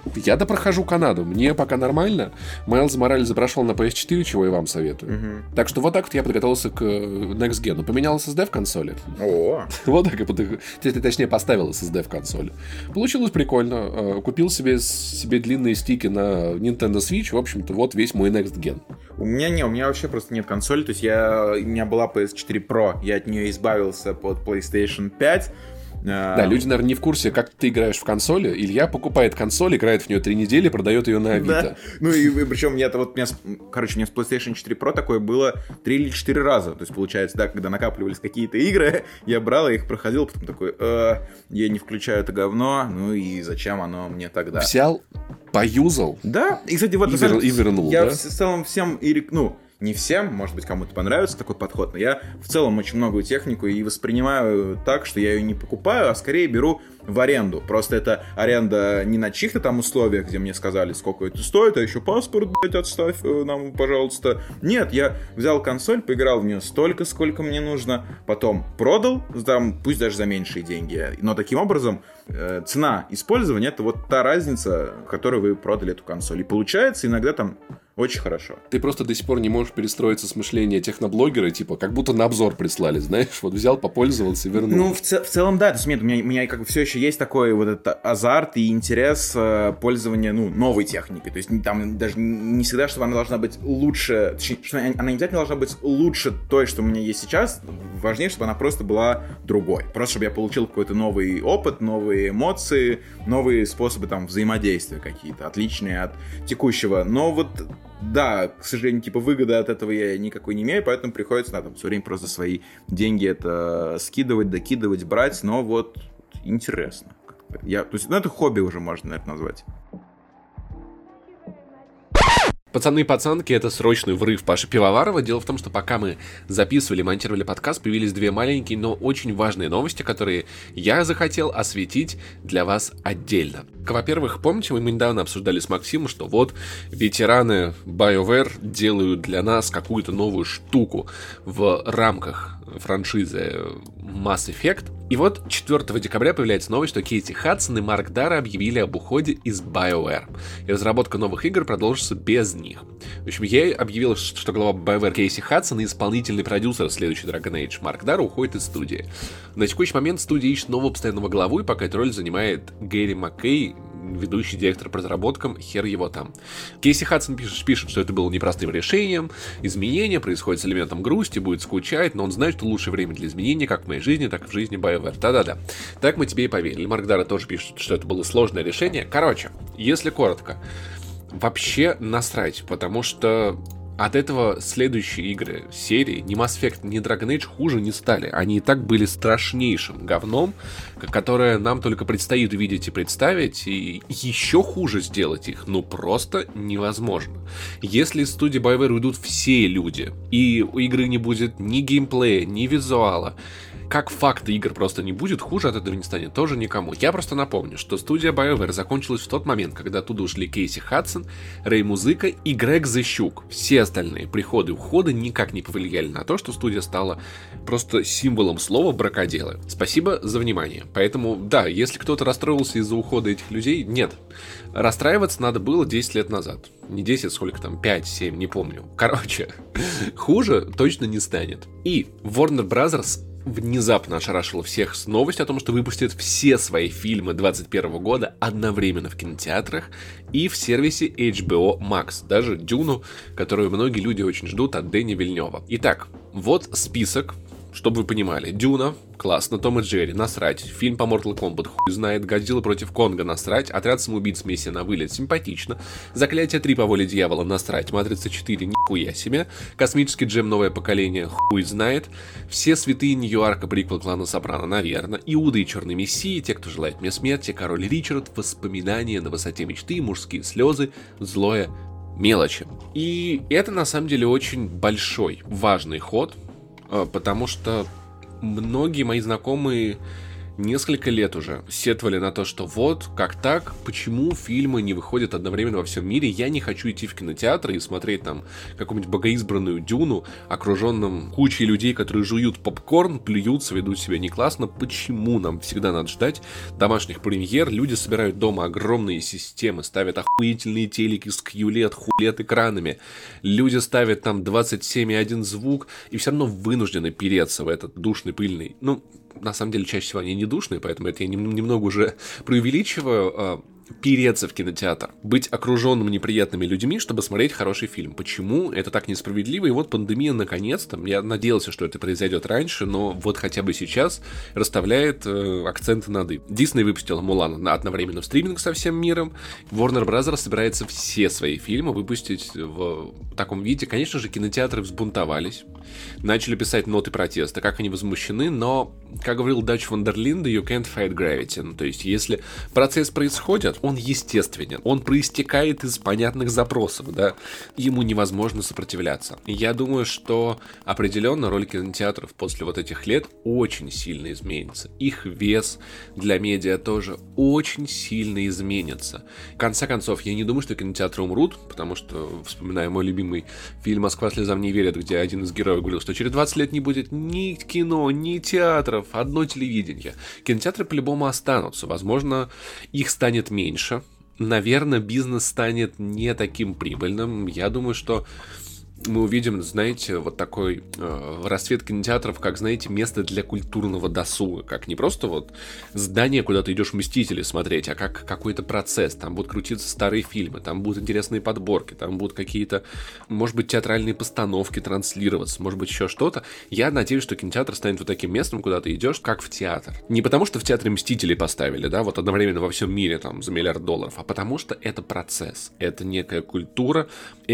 Я допрохожу Канаду, мне пока нормально. Майлз Моралес прошел на пи эс четыре, чего я вам советую. Угу. Так что вот так вот я подготовился к Next Gen. Поменял эс эс ди в консоли. О. Вот так и точнее поставил эс эс ди в консоли. Получилось прикольно. Купил себе, себе длинные стики на Nintendo Switch. В общем-то, вот весь мой Next Gen. У меня не, у меня вообще просто нет консоли. То есть я, у меня была пи эс четыре Pro. Я от нее избавился под PlayStation пять. Да, люди, наверное, не в курсе, как ты играешь в консоли. Илья покупает консоль, играет в нее три недели, продает ее на Авито. Да. Ну и, и причем я-то вот, у меня, короче, у меня с PlayStation четыре Pro такое было три или четыре раза. То есть, получается, да, когда накапливались какие-то игры, я брал их, проходил, потом такой, э, я не включаю это говно, ну и зачем оно мне тогда? Взял, поюзал. Да, и, кстати, вот... И, вер, и вернул, я да? в целом всем, и, ну... Не всем, может быть, кому-то понравится такой подход, но я в целом очень многую технику и воспринимаю так, что я ее не покупаю, а скорее беру в аренду. Просто это аренда не на чьих-то там условиях, где мне сказали, сколько это стоит, а еще паспорт, блядь, отставь нам, пожалуйста. Нет, я взял консоль, поиграл в нее столько, сколько мне нужно, потом продал, там, пусть даже за меньшие деньги. Но таким образом э, цена использования — это вот та разница, которую вы продали эту консоль. И получается иногда там очень хорошо. Ты просто до сих пор не можешь перестроиться с мышления техноблогера, типа, как будто на обзор прислали, знаешь, вот взял, попользовался и вернул. Ну, в, ц- в целом, да, то есть, нет, у меня, у меня как бы все еще есть такой вот этот азарт и интерес э, пользования, ну, новой техникой, то есть там даже не всегда, что она должна быть лучше, точнее, что она не обязательно должна быть лучше той, что у меня есть сейчас, важнее, чтобы она просто была другой, просто чтобы я получил какой-то новый опыт, новые эмоции, новые способы там взаимодействия какие-то, отличные от текущего, но вот... Да, к сожалению, типа выгоды от этого я никакой не имею, поэтому приходится, да, там все время просто свои деньги это скидывать, докидывать, брать, но вот интересно. Я, то есть, ну, это хобби уже можно, наверное, назвать. Пацаны и пацанки, это срочный врыв Паши Пивоварова. Дело в том, что пока мы записывали, монтировали подкаст, появились две маленькие, но очень важные новости, которые я захотел осветить для вас отдельно. Во-первых, помните, мы недавно обсуждали с Максимом, что вот ветераны BioWare делают для нас какую-то новую штуку в рамках франшизы Mass Effect. И вот четвёртого декабря появляется новость, что Кейси Хадсон и Марк Дарра объявили об уходе из BioWare. И разработка новых игр продолжится без них. В общем, я объявил, что глава BioWare Кейси Хадсон и исполнительный продюсер следующей Dragon Age Марк Дарра уходит из студии. На текущий момент студия ищет нового постоянного главу, и пока эту роль занимает Гэри Маккей, ведущий директор по разработкам, хер его там. Кейси Хадсон пишет, пишет, что это было непростым решением, изменения происходят с элементом грусти, будет скучать, но он знает, что лучшее время для изменений, как в моей жизни, так и в жизни BioWare. Да-да-да. Так мы тебе и поверили. Марк Дарра тоже пишет, что это было сложное решение. Короче, если коротко, вообще насрать, потому что от этого следующие игры серии, ни Mass Effect, ни Dragon Age хуже не стали. Они и так были страшнейшим говном, которое нам только предстоит увидеть и представить, и еще хуже сделать их, ну просто невозможно. Если из студии BioWare уйдут все люди, и у игры не будет ни геймплея, ни визуала, как факт игр просто не будет, хуже от этого не станет тоже никому. Я просто напомню, что студия BioWare закончилась в тот момент, когда оттуда ушли Кейси Хадсон, Рэй Музыка и Грег Зещук. Все остальные приходы и уходы никак не повлияли на то, что студия стала просто символом слова бракоделы. Спасибо за внимание. Поэтому, да, если кто-то расстроился из-за ухода этих людей, нет. Расстраиваться надо было десять лет назад. Не десять, сколько там, пять, семь, не помню. Короче, хуже точно не станет. И Warner Brothers внезапно ошарашила всех с новостью о том, что выпустит все свои фильмы двадцать первого года одновременно в кинотеатрах и в сервисе эйч би о Max, даже Дюну, которую многие люди очень ждут от Дэни Вильнёва. Итак, вот список, чтобы вы понимали. Дюна, классно, Том и Джерри, насрать, фильм по Mortal Kombat, хуй знает, Годзилла против Конга, насрать, Отряд самоубийц, миссия на вылет, симпатично, Заклятие три по воле дьявола, насрать, Матрица четыре, нихуя себе, Космический джем, новое поколение, хуй знает, Все святые Нью-Йорка, приквел клана Сопрано, наверное, Иуда и Черный Мессия, Те, кто желает мне смерти, Король Ричард, Воспоминания на высоте мечты, Мужские слезы, Злое, мелочи. И это на самом деле очень большой, важный ход, потому что многие мои знакомые несколько лет уже сетовали на то, что вот, как так, почему фильмы не выходят одновременно во всем мире, я не хочу идти в кинотеатр и смотреть там какую-нибудь богоизбранную Дюну, окруженным кучей людей, которые жуют попкорн, плюются, ведут себя не классно, почему нам всегда надо ждать домашних премьер, люди собирают дома огромные системы, ставят охуительные телеки с кью лед, хулет экранами, люди ставят там двадцать семь и один звук и все равно вынуждены переться в этот душный, пыльный, ну, на самом деле, чаще всего они не душные, поэтому это я немного уже преувеличиваю, переться в кинотеатр, быть окруженным неприятными людьми, чтобы смотреть хороший фильм. Почему? Это так несправедливо, и вот пандемия наконец-то, я надеялся, что это произойдет раньше, но вот хотя бы сейчас расставляет э, акценты над «и». Дисней выпустила «Мулан» одновременно в стриминг со всем миром, Warner Bros. Собирается все свои фильмы выпустить в таком виде. Конечно же, кинотеатры взбунтовались, начали писать ноты протеста, как они возмущены, но, как говорил Дач фон дер Линде, you can't fight gravity. Ну, то есть, если процесс происходит, он естественен, он проистекает из понятных запросов, да, ему невозможно сопротивляться. И я думаю, что определенно роль кинотеатров после вот этих лет очень сильно изменится. Их вес для медиа тоже очень сильно изменится. В конце концов, я не думаю, что кинотеатры умрут, потому что, вспоминая мой любимый фильм «Москва слезам не верит», где один из героев говорил, что через двадцать лет не будет ни кино, ни театров, одно телевидение. Кинотеатры по-любому останутся, возможно, их станет меньше. Меньше. Наверное, бизнес станет не таким прибыльным. Я думаю, что мы увидим, знаете, вот такой э, расцвет кинотеатров, как, знаете, место для культурного досуга, как не просто вот здание, куда ты идешь «Мстители» смотреть, а как какой-то процесс. Там будут крутиться старые фильмы, там будут интересные подборки, там будут какие-то, может быть, театральные постановки транслироваться, может быть, еще что-то. Я надеюсь, что кинотеатр станет вот таким местом, куда ты идешь, как в театр. Не потому, что в театре «Мстители» поставили, да, вот одновременно во всем мире, там, за миллиард долларов, а потому что это процесс, это некая культура,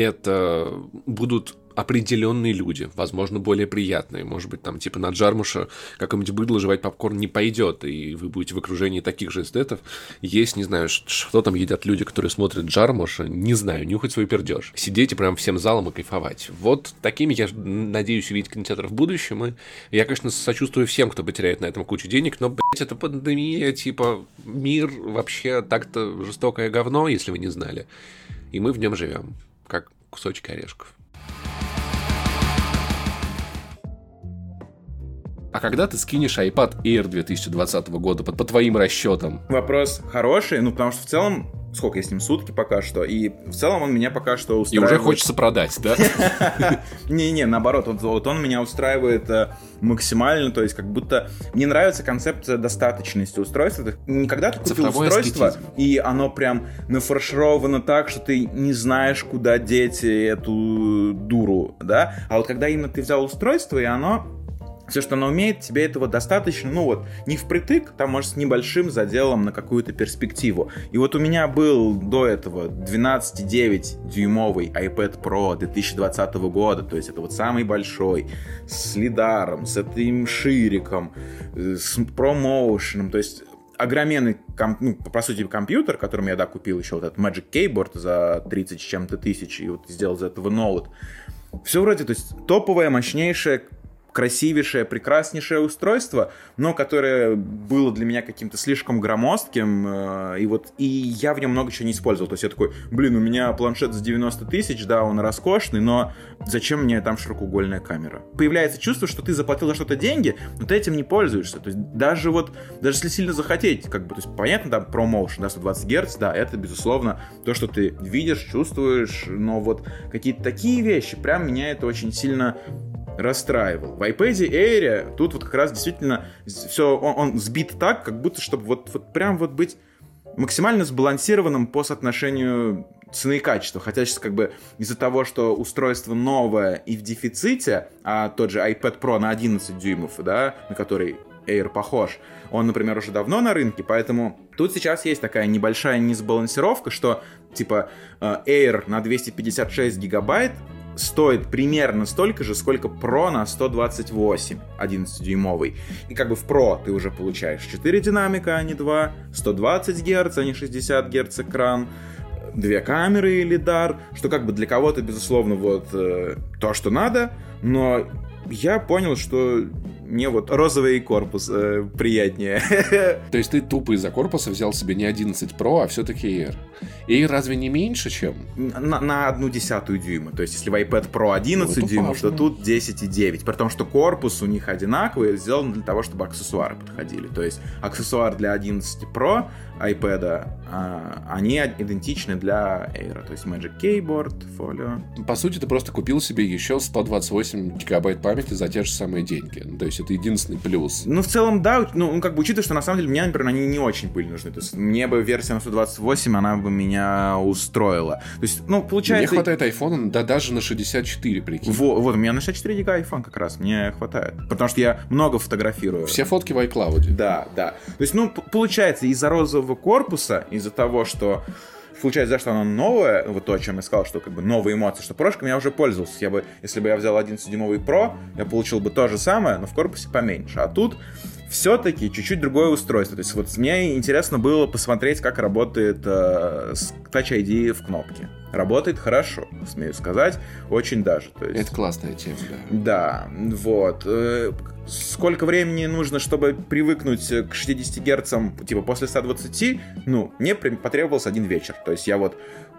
это будут определенные люди, возможно, более приятные. Может быть, там, типа, на Джармуша какое-нибудь быдло жевать попкорн не пойдет, и вы будете в окружении таких же эстетов. Есть, не знаю, что там едят люди, которые смотрят Джармуша, не знаю, нюхать свой пердеж. Сидеть и прям всем залом и кайфовать. Вот такими я надеюсь увидеть кинотеатр в будущем. И я, конечно, сочувствую всем, кто потеряет на этом кучу денег, но, блядь, это пандемия, типа, мир вообще так-то жестокое говно, если вы не знали. И мы в нем живем, как кусочки орешков. А когда ты скинешь iPad Air две тысячи двадцатого года, по, по твоим расчетам? Вопрос хороший, ну, потому что в целом, сколько я с ним, сутки пока что, и в целом он меня пока что устраивает. И уже хочется продать, да? Не-не, наоборот, вот он меня устраивает максимально, то есть как будто мне нравится концепция достаточности устройства. Никогда ты купил устройство, и оно прям нафаршировано так, что ты не знаешь, куда деть эту дуру, да? А вот когда именно ты взял устройство, и оно... Все, что она умеет, тебе этого достаточно, ну вот, не впритык, там, может, с небольшим заделом на какую-то перспективу. И вот у меня был до этого двенадцать целых девять десятых дюймовый iPad Pro две тысячи двадцатого года, то есть это вот самый большой, с лидаром, с этим шириком, с ProMotion, то есть... огроменный, ну, по сути, компьютер, которым я, да, купил еще вот этот Magic Keyboard за тридцать с чем-то тысяч, и вот сделал из этого ноут. Все вроде, то есть топовое, мощнейшее, красивейшее, прекраснейшее устройство, но которое было для меня каким-то слишком громоздким, э, и вот и я в нем много чего не использовал. То есть я такой, блин, у меня планшет за девяносто тысяч, да, он роскошный, но зачем мне там широкоугольная камера? Появляется чувство, что ты заплатил за что-то деньги, но ты этим не пользуешься. То есть даже вот, даже если сильно захотеть, как бы, то есть понятно, да, ProMotion, да, сто двадцать герц, да, это, безусловно, то, что ты видишь, чувствуешь, но вот какие-то такие вещи, прям меня это очень сильно расстраивал. В iPad Air тут вот как раз действительно все, он, он сбит так, как будто, чтобы вот, вот прям вот быть максимально сбалансированным по соотношению цены и качества. Хотя сейчас как бы из-за того, что устройство новое и в дефиците, а тот же iPad Pro на одиннадцать дюймов, да, на который Air похож, он, например, уже давно на рынке, поэтому тут сейчас есть такая небольшая несбалансировка, что типа Air на двести пятьдесят шесть гигабайт стоит примерно столько же, сколько Pro на сто двадцать восемь одиннадцатидюймовый. И как бы в Pro ты уже получаешь четыре динамика, а не два, сто двадцать герц, а не шестьдесят герц экран, две камеры и лидар, что как бы для кого-то, безусловно, вот э, то, что надо, но я понял, что мне вот розовый корпус э, приятнее. То есть ты тупо из-за корпуса взял себе не одиннадцать Pro, а все-таки Air. Air разве не меньше, чем? На, на одну десятую дюйма. То есть если в iPad Pro одиннадцать ну, дюймов, то тут десять и девять. При том, что корпус у них одинаковый, сделан для того, чтобы аксессуары подходили. То есть аксессуар для одиннадцать Pro iPad, а, они идентичны для Air. То есть Magic Keyboard, Folio. По сути, ты просто купил себе еще сто двадцать восемь гигабайт памяти за те же самые деньги. То есть это единственный плюс. Ну, в целом, да. Ну, как бы учитывая, что на самом деле мне, например, они не очень были нужны. То есть мне бы версия на сто двадцать восемь, она бы меня устроила. То есть, ну, получается... Мне хватает айфона, да даже на шестьдесят четыре, прикинь. Вот, вот, у меня на шестьдесят четыре гига iPhone как раз, мне хватает. Потому что я много фотографирую. Все фотки в iCloud. Да, да. То есть, ну, получается, из-за розового корпуса, из-за того, что... Получается, да, что оно новое, вот то, о чем я сказал, что как бы новые эмоции, что прошками я уже пользовался. Я бы, если бы я взял одиннадцатидюймовый Pro, я получил бы то же самое, но в корпусе поменьше. А тут все-таки чуть-чуть другое устройство. То есть вот мне интересно было посмотреть, как работает э, Touch ай ди в кнопке. Работает хорошо, смею сказать, очень даже. То есть... Это классная тема, да. Да, вот. Сколько времени нужно, чтобы привыкнуть к шестидесяти герцам, типа после ста двадцати, ну, мне потребовался один вечер. То есть я вот,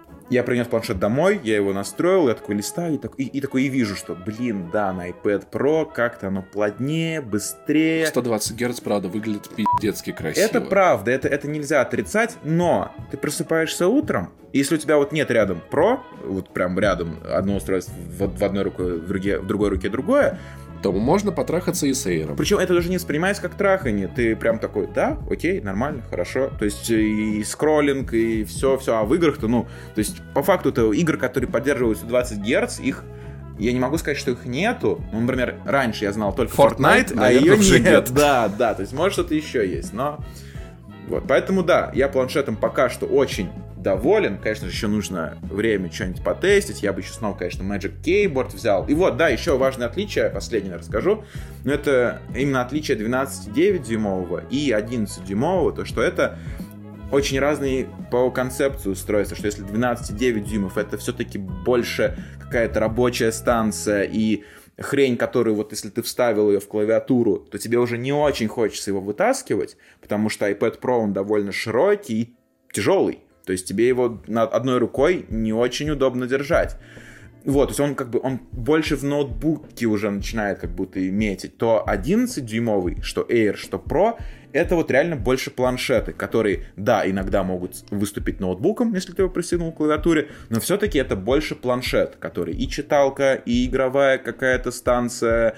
я принес планшет домой, я его настроил, я такой листаю, и, так, и, и такой и вижу, что, блин, да, на iPad Pro как-то оно плотнее, быстрее. сто двадцать герц, правда, выглядит пиздецки красиво. Это правда, это, это нельзя отрицать, но ты просыпаешься утром, и если у тебя вот нет рядом Pro, вот прям рядом одно устройство в, в одной руке, в, друге, в другой руке другое, то можно потрахаться и с Air. Причем это даже не воспринимается как трахание. Ты прям такой, да, окей, нормально, хорошо. То есть и скроллинг, и все, все. А в играх-то, ну, то есть по факту это игры, которые поддерживают сто двадцать герц, их, я не могу сказать, что их нету. Ну, например, раньше я знал только Fortnite, Fortnite а ее нет. нет. Да, да, то есть может что-то еще есть, но... Вот, поэтому да, я планшетом пока что очень доволен. Конечно же, еще нужно время что-нибудь потестить. Я бы еще снова, конечно, Magic Keyboard взял. И вот, да, еще важное отличие, последнее расскажу. Но это именно отличие двенадцать девять дюймового и одиннадцать дюймового, то что это очень разные по концепции устройства, что если двенадцать девять дюймов это все-таки больше какая-то рабочая станция и хрень, которую вот если ты вставил ее в клавиатуру, то тебе уже не очень хочется его вытаскивать, потому что iPad Pro он довольно широкий и тяжелый. То есть тебе его одной рукой не очень удобно держать. Вот, то есть он как бы, он больше в ноутбуке уже начинает как будто и метить. То одиннадцатидюймовый, что Air, что Pro, это вот реально больше планшеты, которые, да, иногда могут выступить ноутбуком, если ты его пристегнул к клавиатуре, но все-таки это больше планшет, который и читалка, и игровая какая-то станция,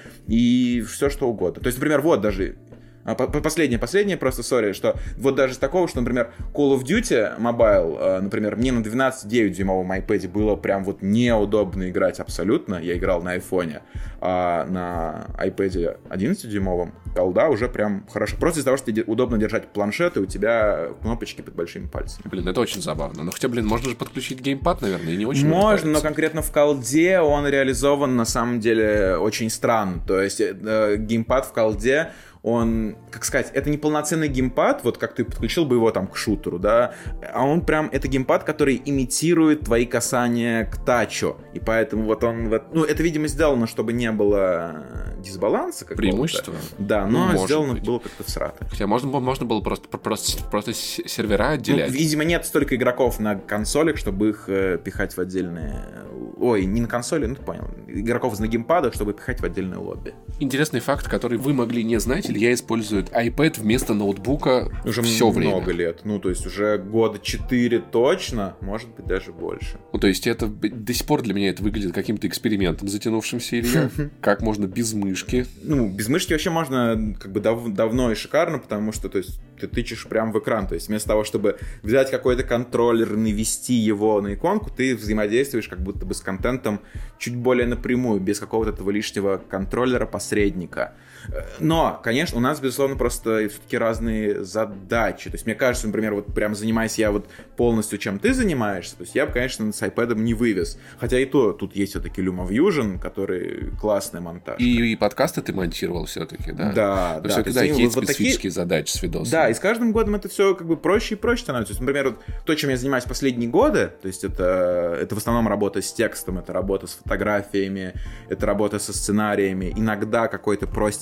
и все что угодно. То есть, например, вот даже... Последнее, последнее, просто, сори, что вот даже с такого, что, например, Call of Duty Mobile, например, мне на двенадцать девять дюймовом iPad было прям вот неудобно играть абсолютно, я играл на айфоне, а на iPad одиннадцать дюймовом колда уже прям хорошо, просто из-за того, что тебе удобно держать планшет, и у тебя кнопочки под большими пальцами. Блин, это очень забавно, но хотя, блин, можно же подключить геймпад, наверное, и не очень можно, но конкретно в колде он реализован на самом деле очень странно, то есть э, геймпад в колде, он, как сказать, это не полноценный геймпад, вот как ты подключил бы его там к шутеру, да, а он прям, это геймпад, который имитирует твои касания к тачу, и поэтому вот он, ну, это, видимо, сделано, чтобы не было дисбаланса какого-то. Преимущества? Да, но ну, сделано быть. Было как-то всрато. Хотя можно, можно было просто, просто, просто сервера отделять. Ну, видимо, нет столько игроков на консолях, чтобы их э, пихать в отдельные... Ой, не на консоли, ну ты понял. Игроков на геймпадах, чтобы пихать в отдельное лобби. Интересный факт, который вы могли не знать, Илья использует iPad вместо ноутбука уже все время. Много лет. Ну, то есть уже года четыре точно, может быть, даже больше. Ну, то есть это до сих пор для меня это выглядит каким-то экспериментом затянувшимся, Илья. Как можно без мышки? Ну, без мышки вообще можно как бы дав- давно и шикарно, потому что, то есть, ты тычешь прямо в экран. То есть вместо того, чтобы взять какой-то контроллер, навести его на иконку, ты взаимодействуешь как будто бы с контентом чуть более напрямую, без какого-то этого лишнего контроллера-посредника. Но, конечно, у нас, безусловно, просто все-таки разные задачи. То есть, мне кажется, например, вот прям занимаясь я вот полностью, чем ты занимаешься, то есть я бы, конечно, с iPad не вывез. Хотя и то, тут есть все-таки LumaFusion, который классный монтаж. И, и подкасты ты монтировал все-таки, да? Да, но да. Все-таки, да, есть вот специфические такие... задачи с видосом. Да, и с каждым годом это все как бы проще и проще становится. То есть, например, вот то, чем я занимаюсь последние годы, то есть это, это в основном работа с текстом, это работа с фотографиями, это работа со сценариями, иногда какой-то простенький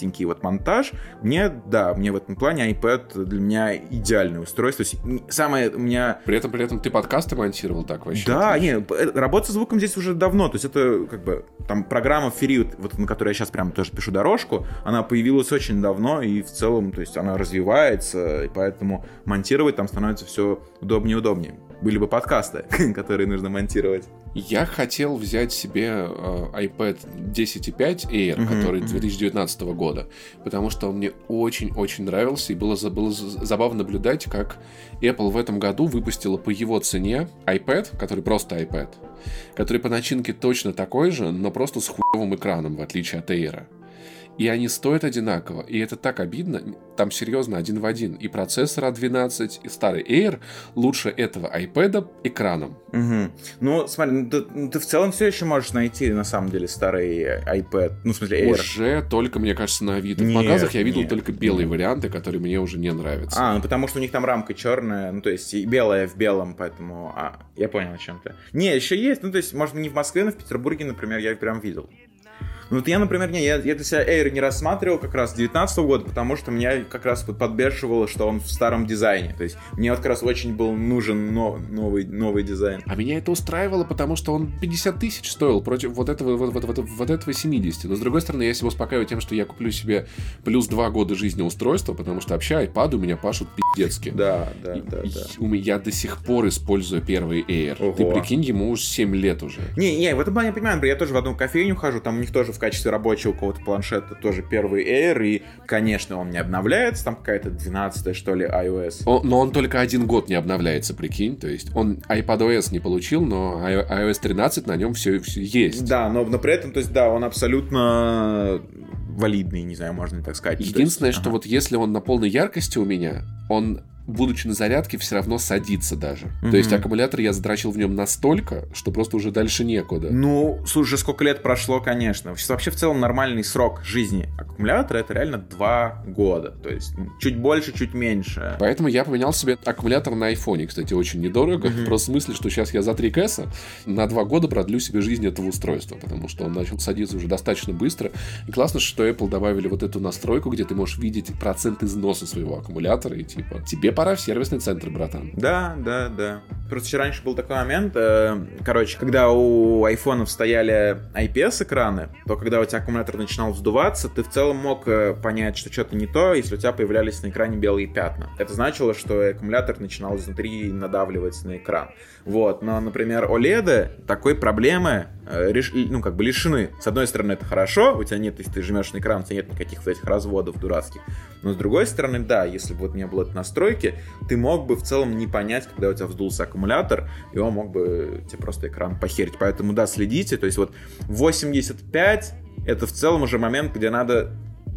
хорошенький вот монтаж, мне, да, мне в этом плане iPad для меня идеальное устройство. То есть самое у меня... При этом, при этом ты подкасты монтировал так вообще? Да, не, работа с звуком здесь уже давно, то есть это как бы там программа Фириут, вот на которой я сейчас прям тоже пишу дорожку, она появилась очень давно, и в целом, то есть она развивается, и поэтому монтировать там становится все удобнее и удобнее. Были бы подкасты, которые нужно монтировать. Я хотел взять себе э, iPad десять и пять Air, uh-huh, который две тысячи девятнадцатого года, потому что он мне очень-очень нравился, и было, было забавно наблюдать, как Apple в этом году выпустила по его цене iPad, который просто iPad, который по начинке точно такой же, но просто с хуевым экраном, в отличие от Air. И они стоят одинаково, и это так обидно, там серьезно один в один. И процессор а двенадцать, и старый Air лучше этого iPad экраном. Угу. Ну, смотри, ну, ты, ты в целом все еще можешь найти, на самом деле, старый iPad, ну, в смысле, Air. Уже только, мне кажется, на Авито. В показах я видел нет, только белые нет. варианты, которые мне уже не нравятся. А, ну, потому что у них там рамка черная, ну, то есть, и белая в белом, поэтому... А, я понял о чем-то. Не, еще есть, ну, то есть, может, не в Москве, но в Петербурге, например, я их прям видел. Ну вот я, например, не, я, я для себя Air не рассматривал как раз с девятнадцатого года, потому что меня как раз вот подбешивало, что он в старом дизайне. То есть мне вот как раз очень был нужен но, новый, новый дизайн. А меня это устраивало, потому что он пятьдесят тысяч стоил против вот этого, вот, вот, вот, вот этого семьдесят. Но с другой стороны, я себя успокаиваю тем, что я куплю себе плюс два года жизни устройства, потому что вообще iPad у меня пашут пиздецки. Да, да, да, да. У меня я до сих пор использую первый Air. Ого. Ты прикинь, ему уже семь лет уже. Не, не, в этом плане я понимаю, например, я тоже в одну кофейню хожу, там у них тоже в качестве рабочего какого-то планшета тоже первый Air, и, конечно, он не обновляется, там какая-то двенадцатая, что ли, iOS. Он, но он только один год не обновляется, прикинь, то есть он iPadOS не получил, но ай о эс тринадцать на нем все, все есть. Да, но, но при этом, то есть, да, он абсолютно валидный, не знаю, можно так сказать. Единственное, есть, что ага. вот если он на полной яркости у меня, он... будучи на зарядке, все равно садится даже. Mm-hmm. То есть аккумулятор я задрачил в нем настолько, что просто уже дальше некуда. Ну, слушай, сколько лет прошло, конечно. Вообще, в целом, нормальный срок жизни аккумулятора — это реально два года. То есть чуть больше, чуть меньше. Поэтому я поменял себе аккумулятор на айфоне, кстати, очень недорого. Mm-hmm. Просто в смысле, что сейчас я за три кэса на два года продлю себе жизнь этого устройства, потому что он начал садиться уже достаточно быстро. И классно, что Apple добавили вот эту настройку, где ты можешь видеть процент износа своего аккумулятора, и типа, тебе пора в сервисный центр, братан. Да, да, да. Просто раньше был такой момент, э, короче, когда у айфонов стояли ай пи эс-экраны, то когда у тебя аккумулятор начинал вздуваться, ты в целом мог понять, что что-то не то, если у тебя появлялись на экране белые пятна. Это значило, что аккумулятор начинал изнутри надавливаться на экран. Вот, но, например, о леды такой проблемы э, реш... ну, как бы лишены. С одной стороны, это хорошо, у тебя нет, если ты жмешь на экран, у тебя нет никаких вот этих разводов дурацких. Но с другой стороны, да, если бы вот не было этой настройки, ты мог бы в целом не понять, когда у тебя вздулся аккумулятор, и он мог бы тебе просто экран похерить. Поэтому, да, следите. То есть вот восемьдесят пять это в целом уже момент, где надо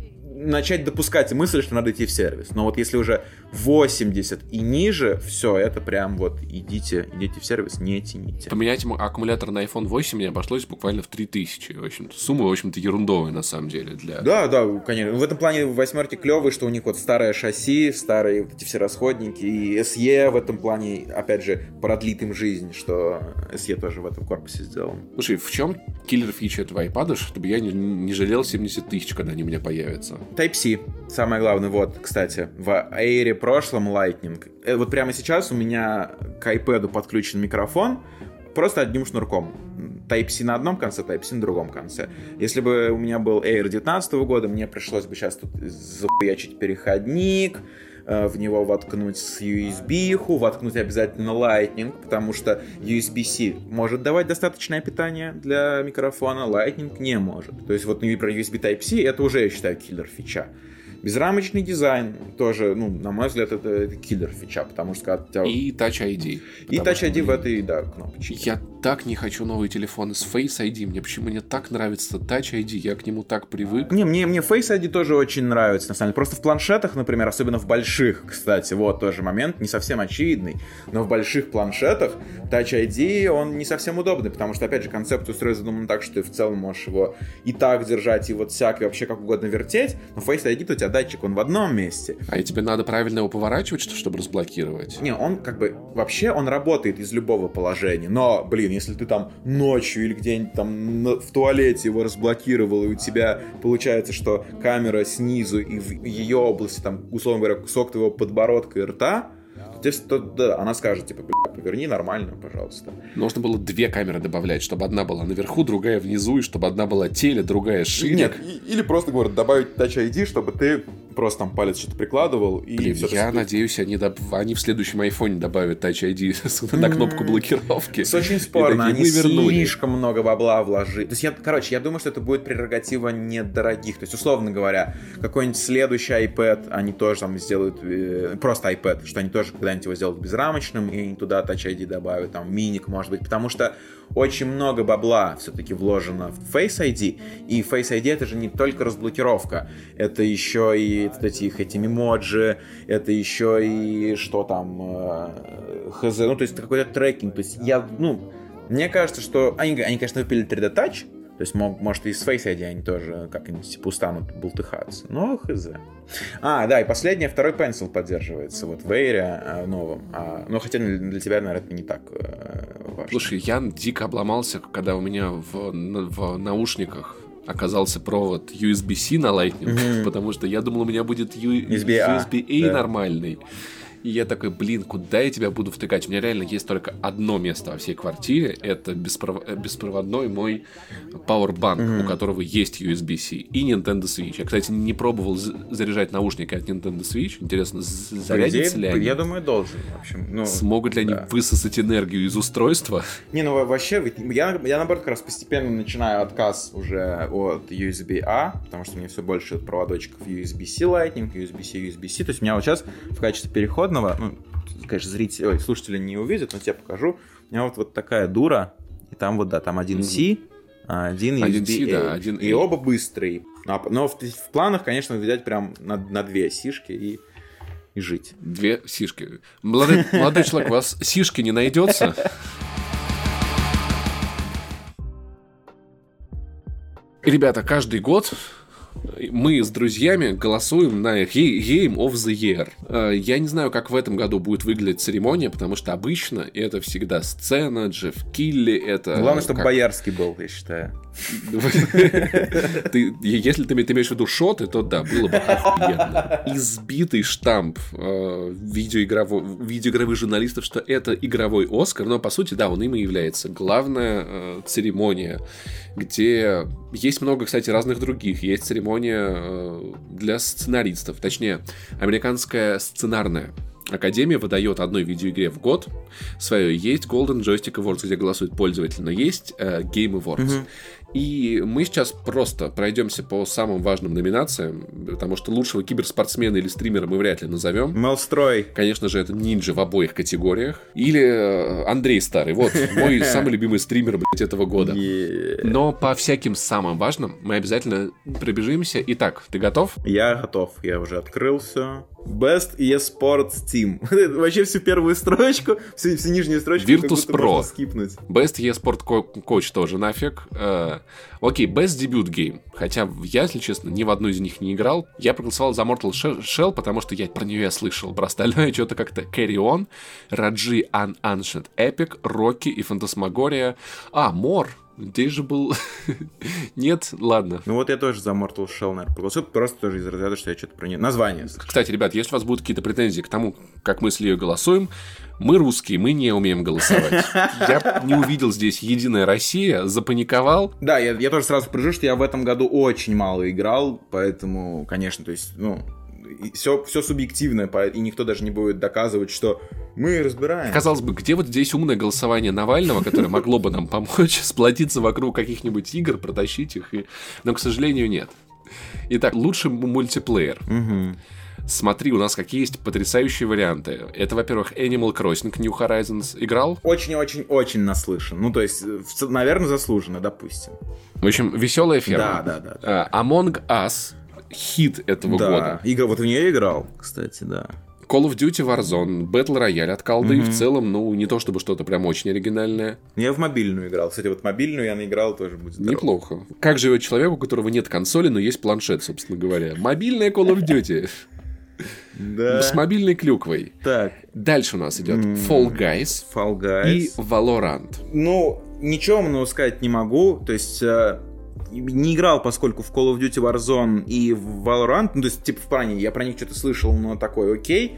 начать допускать мысль, что надо идти в сервис. Но вот если уже восемьдесят и ниже, все, это прям вот идите, идите в сервис, не тяните. Поменять аккумулятор на айфон восемь мне обошлось буквально в три тысячи. В общем-то, сумма, в общем-то, ерундовая на самом деле. Для... Да, да, конечно. В этом плане восьмерки клевые, что у них вот старое шасси, старые вот эти все расходники, и эс и в этом плане, опять же, продлит им жизнь, что эс и тоже в этом корпусе сделан. Слушай, в чем киллер фича этого iPad, чтобы я не, не жалел семьдесят тысяч, когда они у меня появятся? Type-C, самое главное, вот, кстати, в Air прошлом Lightning. Вот прямо сейчас у меня к iPad подключен микрофон просто одним шнурком. Type-C на одном конце, Type-C на другом конце. Если бы у меня был Air девятнадцатого года, мне пришлось бы сейчас тут захуячить переходник, в него воткнуть ю эс би-ху, воткнуть обязательно Lightning, потому что ю эс би-C может давать достаточное питание для микрофона, Lightning не может. То есть вот, например, ю эс би Type-C это уже, я считаю, киллер фича. Безрамочный дизайн тоже, ну, на мой взгляд, это, это киллер фича, потому что... Когда тебя... И Touch ай ди. И Touch ай ди в этой, да, кнопочке. Я так не хочу новые телефоны с Face ай ди. Мне почему мне так нравится Touch ай ди, я к нему так привык. Не, мне, мне Face ай ди тоже очень нравится, на самом деле. Просто в планшетах, например, особенно в больших, кстати, вот тоже момент, не совсем очевидный, но в больших планшетах Touch ай ди, он не совсем удобный, потому что, опять же, концепт устройства задуман так, что ты в целом можешь его и так держать, и вот всяк, и вообще как угодно вертеть, но Face ай ди у тебя датчик, он в одном месте. А и тебе надо правильно его поворачивать, чтобы разблокировать? Не, он как бы, вообще он работает из любого положения, но, блин, если ты там ночью или где-нибудь там на, в туалете его разблокировал, и у тебя получается, что камера снизу, и в ее области, там, условно говоря, кусок твоего подбородка и рта, то, то да, она скажет, типа, поверни нормально, пожалуйста. Нужно было две камеры добавлять, чтобы одна была наверху, другая внизу, и чтобы одна была теле, другая шире. Нет, или просто, говорят, добавить Touch ай ди, чтобы ты просто там палец что-то прикладывал. И Блин, все я надеюсь, они, доб... они в следующем айфоне добавят Touch ай ди на кнопку блокировки. Это очень спорно, они слишком много бабла вложили. То есть, я, короче, я думаю, что это будет прерогатива недорогих. То есть, условно говоря, какой-нибудь следующий iPad они тоже там сделают, э, просто iPad, что они тоже когда-нибудь его сделают безрамочным, и они туда Touch ай ди добавят, там, миник, может быть, потому что очень много бабла все-таки вложено в Face ай ди, и Face ай ди это же не только разблокировка, это еще и эти, эти мемоджи, это еще и что там, э, хз, ну, то есть какой-то трекинг, то есть я, ну, мне кажется, что они, они конечно, выпили три дэ Touch, то есть, может, и с Face ай ди они тоже как-нибудь типа устанут бултыхаться. Но хз. А, да, и последнее, второй Pencil поддерживается вот в Air новом. А, ну, хотя для тебя, наверное, это не так э, важно. Слушай, я дико обломался, когда у меня в, в наушниках оказался провод ю эс би-C на Lightning, mm-hmm. потому что я думал, у меня будет ю эс би-A да. нормальный. И я такой, блин, куда я тебя буду втыкать? У меня реально есть только одно место во всей квартире. Это беспров... беспроводной мой Powerbank, mm-hmm. у которого есть ю эс би-C и Nintendo Switch. Я, кстати, не пробовал заряжать наушники от Nintendo Switch. Интересно, зарядятся ли они? Я думаю, должен. В общем, ну, смогут ли да. они высосать энергию из устройства? Не, ну вообще, я, я наоборот как раз постепенно начинаю отказ уже от ю эс би-A, потому что у меня все больше проводочков ю эс би-C Lightning, ю эс би-C, ю эс би-C. То есть у меня вот сейчас в качестве перехода, ну, конечно, зрители, ой, слушатели не увидят, но тебе покажу. У меня вот, вот такая дура, и там вот, да, там один C, mm-hmm. один ю эс би-A, да, один и оба быстрые. Но в, в планах, конечно, взять прям на, на две сишки и, и жить. Две сишки. Молодой, молодой человек, у вас сишки не найдется? Ребята, каждый год мы с друзьями голосуем на Game of the Year. Я не знаю, как в этом году будет выглядеть церемония, потому что обычно это всегда сцена, Джефф Килли, это... Главное, чтобы как... Боярский был, я считаю. ты, если ты, ты имеешь в виду шоты, то да, было бы охуенно. Избитый штамп э, видеоигровых, видеоигровых журналистов, что это игровой Оскар, но по сути, да, он им и является. Главная э, церемония, где есть много, кстати, разных других. Есть церемония э, для сценаристов, точнее, американская сценарная Академия выдает одной видеоигре в год свое. Есть Golden Joystick Awards, где голосует пользователь, но есть э, Game Awards. Mm-hmm. И мы сейчас просто пройдемся по самым важным номинациям, потому что лучшего киберспортсмена или стримера мы вряд ли назовем. Мелстрой. Конечно же, это Нинджа в обоих категориях. Или Андрей Старый. Вот, мой самый любимый стример, блядь, этого года. Yeah. Но по всяким самым важным мы обязательно пробежимся. Итак, ты готов? Я готов. Я уже открыл все. Best eSports Team. Вообще всю первую строчку, всю, всю нижнюю строчку Virtus.pro. Скипнуть. Best eSport Coach тоже нафиг. Uh, окей, okay, Best Debut Game. Хотя я, если честно, ни в одну из них не играл. Я проголосовал за Mortal Shell, потому что я про нее я слышал. Про остальное что-то как-то Carry On, Raji An Ancient Epic, Rocky и Phantasmagoria. А, More. Здесь же был... Нет, ладно. Ну вот я тоже за Mortal Shell, наверное, проголосую. Просто тоже из разряда, что я что-то про нее... Название. Кстати, ребят, если у вас будут какие-то претензии к тому, как мы с Леей голосуем, мы русские, мы не умеем голосовать. Я не увидел здесь «Единая Россия», запаниковал. Да, я, я тоже сразу скажу, что я в этом году очень мало играл, поэтому, конечно, то есть, ну... Все, все субъективно, и никто даже не будет доказывать, что мы разбираем. Казалось бы, где вот здесь умное голосование Навального, которое могло бы нам помочь сплотиться вокруг каких-нибудь игр, протащить их, и... но, к сожалению, нет. Итак, лучший мультиплеер. Угу. Смотри, у нас какие есть потрясающие варианты. Это, во-первых, Animal Crossing New Horizons. Играл? Очень-очень-очень наслышан. Ну, то есть, наверное, заслуженно, допустим. В общем, веселая ферма. Да, да, да. да. Uh, Among Us. Хит этого да. года. Игра, вот в нее играл, кстати, да. Call of Duty Warzone, Battle Royale от колды, mm-hmm. в целом, ну, не то чтобы что-то прям очень оригинальное. Я в мобильную играл. Кстати, вот мобильную я наиграл тоже, будет здорово. Неплохо. Как живет человек, у которого нет консоли, но есть планшет, собственно говоря? Мобильная Call of Duty. Да. С мобильной клюквой. Так. Дальше у нас идет Fall Guys, Fall Guys и Valorant. Ну, ничего много сказать не могу. То есть, э, не играл, поскольку в Call of Duty Warzone и в Valorant. Ну, то есть, типа, в плане, я про них что-то слышал, но такой, окей.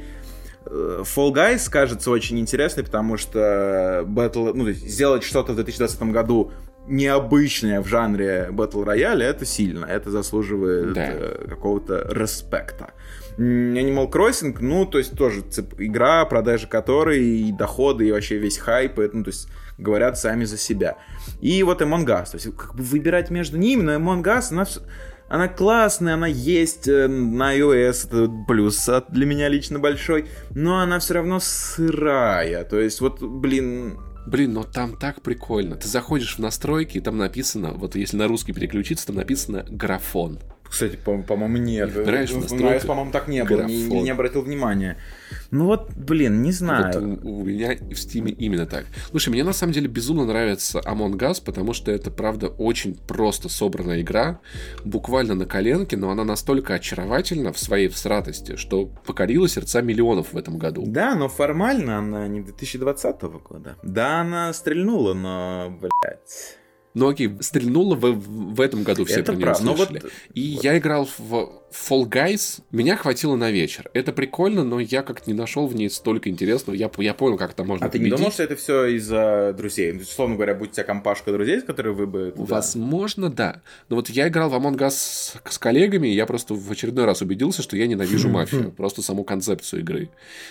Fall Guys кажется очень интересной, потому что Battle, ну, то есть, сделать что-то в две тысячи двадцатом году необычное в жанре Battle Royale, это сильно. Это заслуживает да. э, какого-то респекта. Animal Crossing, ну, то есть тоже цеп, игра, продажи которой, и доходы, и вообще весь хайп, ну, то есть говорят сами за себя. И вот Among Us, то есть как бы выбирать между ними, но Among Us, она, она классная, она есть на iOS, это плюс для меня лично большой, но она все равно сырая, то есть вот, блин... Блин, но там так прикольно. Ты заходишь в настройки, и там написано, вот если на русский переключиться, там написано «графон». Кстати, по- по-моему, нет. Выбираешь в настройках, по-моему, так не было, не, не обратил внимания. Ну вот, блин, не знаю. Вот у, у меня в Steam именно так. Слушай, мне на самом деле безумно нравится Among Us, потому что это, правда, очень просто собранная игра, буквально на коленке, но она настолько очаровательна в своей всратости, что покорила сердца миллионов в этом году. Да, но формально она не две тысячи двадцатого года. Да, она стрельнула, но, блядь... Ну окей, стрельнула в, в этом году, все это про нее слышали. Вот, и вот. я играл в Fall Guys, меня хватило на вечер. Это прикольно, но я как-то не нашел в ней столько интересного. Я, я понял, как это можно А победить. ты не думал, что это все из-за друзей? То есть, условно говоря, будь у тебя компашка друзей, с которой вы бы... Туда... Возможно, да. Но вот я играл в Among Us с, с коллегами, и я просто в очередной раз убедился, что я ненавижу мафию. Просто саму концепцию игры.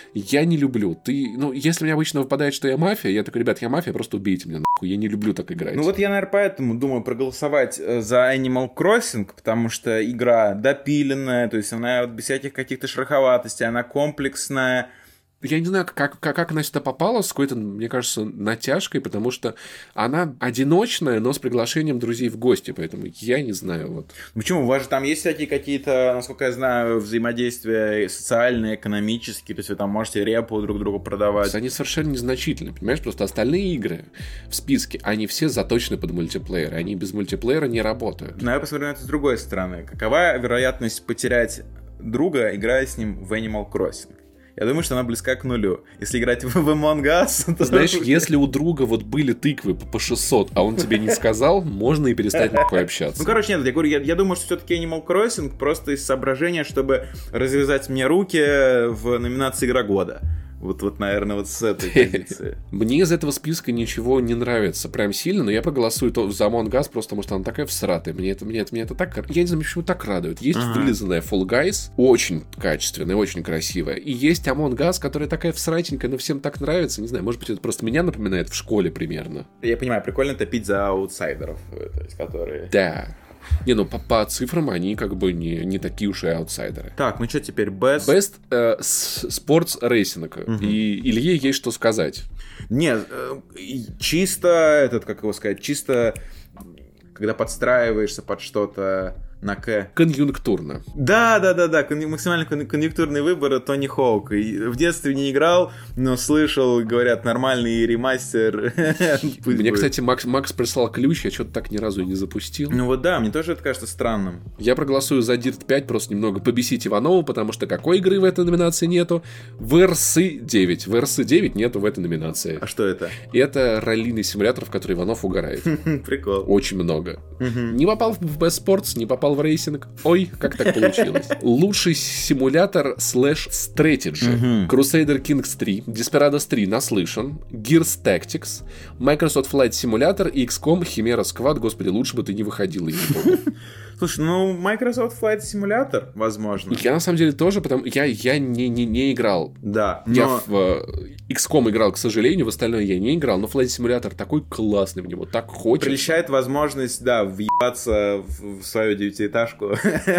Я не люблю. Ты, ну, если мне обычно выпадает, что я мафия, я такой, ребят, я мафия, просто убейте меня нахуй. Я не люблю так играть. Ну вот я, наверное, поэтому думаю проголосовать за Animal Crossing, потому что игра допиленная, то есть она вот без всяких каких-то шероховатостей, она комплексная. Я не знаю, как, как, как она сюда попала, с какой-то, мне кажется, натяжкой, потому что она одиночная, но с приглашением друзей в гости, поэтому я не знаю. Вот. Почему? У вас же там есть всякие какие-то, насколько я знаю, взаимодействия социальные, экономические, то есть вы там можете репу друг другу продавать. Они совершенно незначительны, понимаешь? Просто остальные игры в списке, они все заточены под мультиплеер, они без мультиплеера не работают. Но я посмотрю на это с другой стороны. Какова вероятность потерять друга, играя с ним в Animal Crossing? Я думаю, что она близка к нулю. Если играть в Among Us... То... Знаешь, если у друга вот были тыквы по шестьсот, а он тебе не сказал, можно и перестать нахуй общаться. Ну, короче, нет, я говорю, я, я думаю, что все-таки Animal Crossing просто из соображения, чтобы развязать мне руки в номинации Игра года. Вот, вот, наверное, вот с этой позиции. Мне из этого списка ничего не нравится прям сильно, но я проголосую за Among Us просто потому, что она такая всратая. Мне это, мне это, мне это так... Я не знаю, почему так радует. Есть ага. вылизанная Fall Guys, очень качественная, очень красивая. И есть Among Us, которая такая всратенькая, но всем так нравится. Не знаю, может быть, это просто меня напоминает в школе примерно. Я понимаю, прикольно топить за аутсайдеров, то есть, которые... Да. Не, ну по, по цифрам они как бы не, не такие уж и аутсайдеры. Так, ну что теперь? Best... Best э, Sports Racing. Угу. И Илье есть что сказать. Нет, чисто, этот, как его сказать, чисто, когда подстраиваешься под что-то на К. Конъюнктурно. Да, да, да, да. Кон- максимально кон- конъюнктурный выбор Тони Хоук. И в детстве не играл, но слышал, говорят, нормальный ремастер. Мне, кстати, Макс, Макс прислал ключ, я что-то так ни разу и не запустил. Ну вот да, мне тоже это кажется странным. Я проголосую за Dirt пять, просто немного побесить Иванова, потому что какой игры в этой номинации нету? ви ар эс девять. ви ар эс девять нету в этой номинации. А что это? Это раллийный симулятор, в который Иванов угорает. Прикол. Очень много. Не попал в Best Sports, не попал в рейсинг. Ой, как так получилось. Лучший симулятор слэш стратеджи. Crusader Kings три, Desperados три наслышан, Gears Tactics, Microsoft Flight Simulator и икс ком Chimera Squad. Господи, лучше бы ты не выходил, я не помню. Слушай, ну, Microsoft Flight Simulator, возможно. Я, на самом деле, тоже, потому я, я не, не, не играл. Да, но... Я в uh, икс ком играл, к сожалению, в остальное я не играл, но Flight Simulator такой классный, в него так хочется. Прельщает возможность, да, въебаться в, в свою девятиэтажку.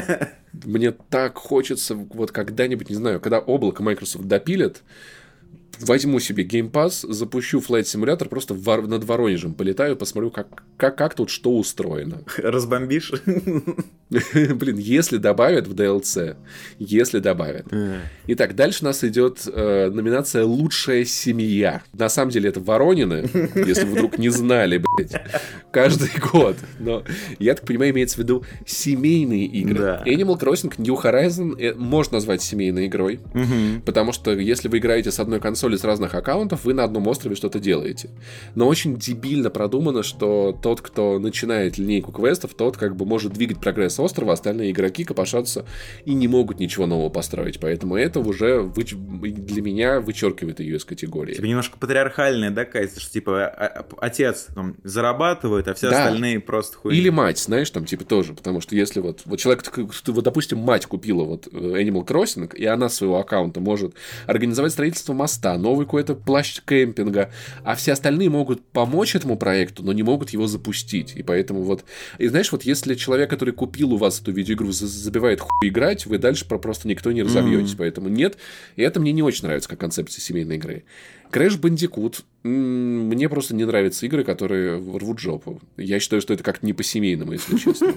Мне так хочется, вот когда-нибудь, не знаю, когда облако Microsoft допилят, возьму себе Game Pass, запущу Flight Simulator, просто в, над Воронежем полетаю, посмотрю, как, как, как тут что устроено. Разбомбишь? Блин, если добавят в ди эл си. Если добавят. Mm. Итак, дальше у нас идет э, номинация «Лучшая семья». На самом деле это Воронины, если вы вдруг не знали, блядь, каждый год. Но, я так понимаю, имеется в виду семейные игры. Да. Animal Crossing New Horizon можно назвать семейной игрой, mm-hmm. потому что если вы играете с одной консоли с разных аккаунтов, вы на одном острове что-то делаете. Но очень дебильно продумано, что тот, кто начинает линейку квестов, тот как бы может двигать прогресс острова, остальные игроки копошатся и не могут ничего нового построить. Поэтому это уже выч... для меня вычеркивает ее из категории. Типа немножко патриархальная, да, кажется, что типа отец там зарабатывает, а все да. остальные просто хуйня. Или мать, знаешь, там типа тоже. Потому что если вот, вот человек, вот, допустим, мать купила вот Animal Crossing, и она с своего аккаунта может организовать строительство моста, новый какой-то плащ кемпинга, а все остальные могут помочь этому проекту, но не могут его запустить. И поэтому вот... И знаешь, вот если человек, который купил у вас эту видеоигру, забивает хуй играть, вы дальше просто никто не разовьетесь. Mm. Поэтому нет. И это мне не очень нравится как концепция семейной игры. Crash Bandicoot. Мне просто не нравятся игры, которые рвут жопу. Я считаю, что это как-то не по-семейному, если честно.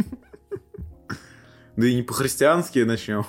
Да и не по-христиански начнем.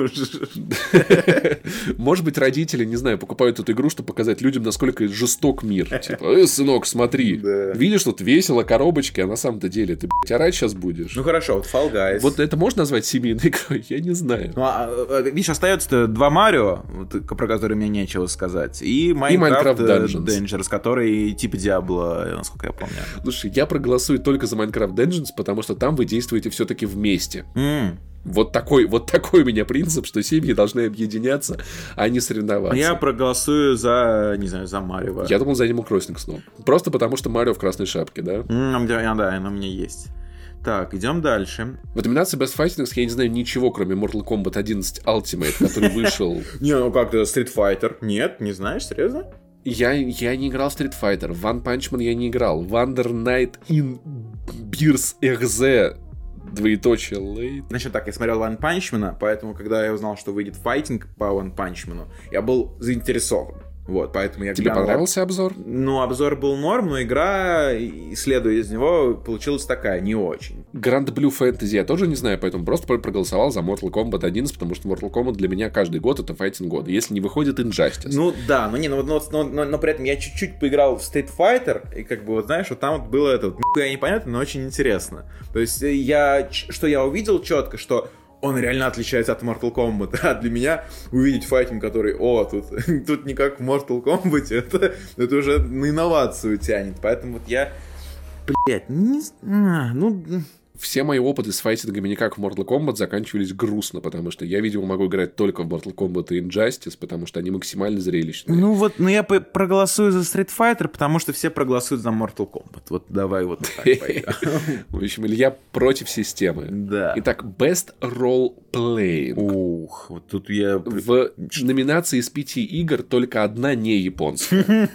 Может быть, родители, не знаю, покупают эту игру, чтобы показать людям, насколько жесток мир. Типа, э, сынок, смотри. Да. Видишь, тут весело, коробочки, а на самом-то деле ты, блядь, орать сейчас будешь. Ну хорошо, вот Fall Guys. Вот это можно назвать семейной игрой? Я не знаю. Ну, а, видишь, остается два Марио, про которые мне нечего сказать, и Minecraft, и Minecraft Dungeons. Dungeons, который типа Diablo, насколько я помню. Слушай, я проголосую только за Minecraft Dungeons, потому что там вы действуете все-таки вместе. Mm. Вот такой, вот такой у меня принцип, что семьи должны объединяться, а не соревноваться. Я проголосую за, не знаю, за Марио. Я думал за Animal Crossing снова. Просто потому, что Марио в красной шапке, да? Mm, да, да, она у меня есть. Так, идем дальше. В номинации Best Fighting я не знаю ничего, кроме Mortal Kombat одиннадцать Ultimate, который вышел... Не, ну как это, Street Fighter? Нет, не знаешь, серьезно? Я, я не играл в Street Fighter, в One Punch Man я не играл, Wonder Night in Beers Эрзе двоеточие лейт. Значит так, я смотрел One Punch Man, поэтому, когда я узнал, что выйдет файтинг по One Punch Man, я был заинтересован. Вот, поэтому я Тебе глянул... понравился обзор? Ну, обзор был норм, но игра, исследуя из него, получилась такая, не очень. Grand Blue Fantasy я тоже не знаю, поэтому просто проголосовал за Mortal Kombat одиннадцать, потому что Mortal Kombat для меня каждый год это файтинг года, если не выходит Injustice. Ну да, но не, но, но, но, но, но при этом я чуть-чуть поиграл в Street Fighter, и как бы вот знаешь, вот там вот было это, вот, нихуя непонятно, но очень интересно. То есть я, что я увидел четко, что он реально отличается от Mortal Kombat. А для меня увидеть файтинг, который, о, тут, тут не как в Mortal Kombat, это, это уже на инновацию тянет. Поэтому вот я, блядь, не знаю, ну... Все мои опыты с файтингами не как в Mortal Kombat заканчивались грустно, потому что я, видимо, могу играть только в Mortal Kombat и Injustice, потому что они максимально зрелищные. Ну вот, но я проголосую за Street Fighter, потому что все проголосуют за Mortal Kombat. Вот давай вот так пойдем. В общем, Илья против системы. Да. Итак, Best Role Playing. Ух, вот тут я... В номинации из пяти игр только одна не японская.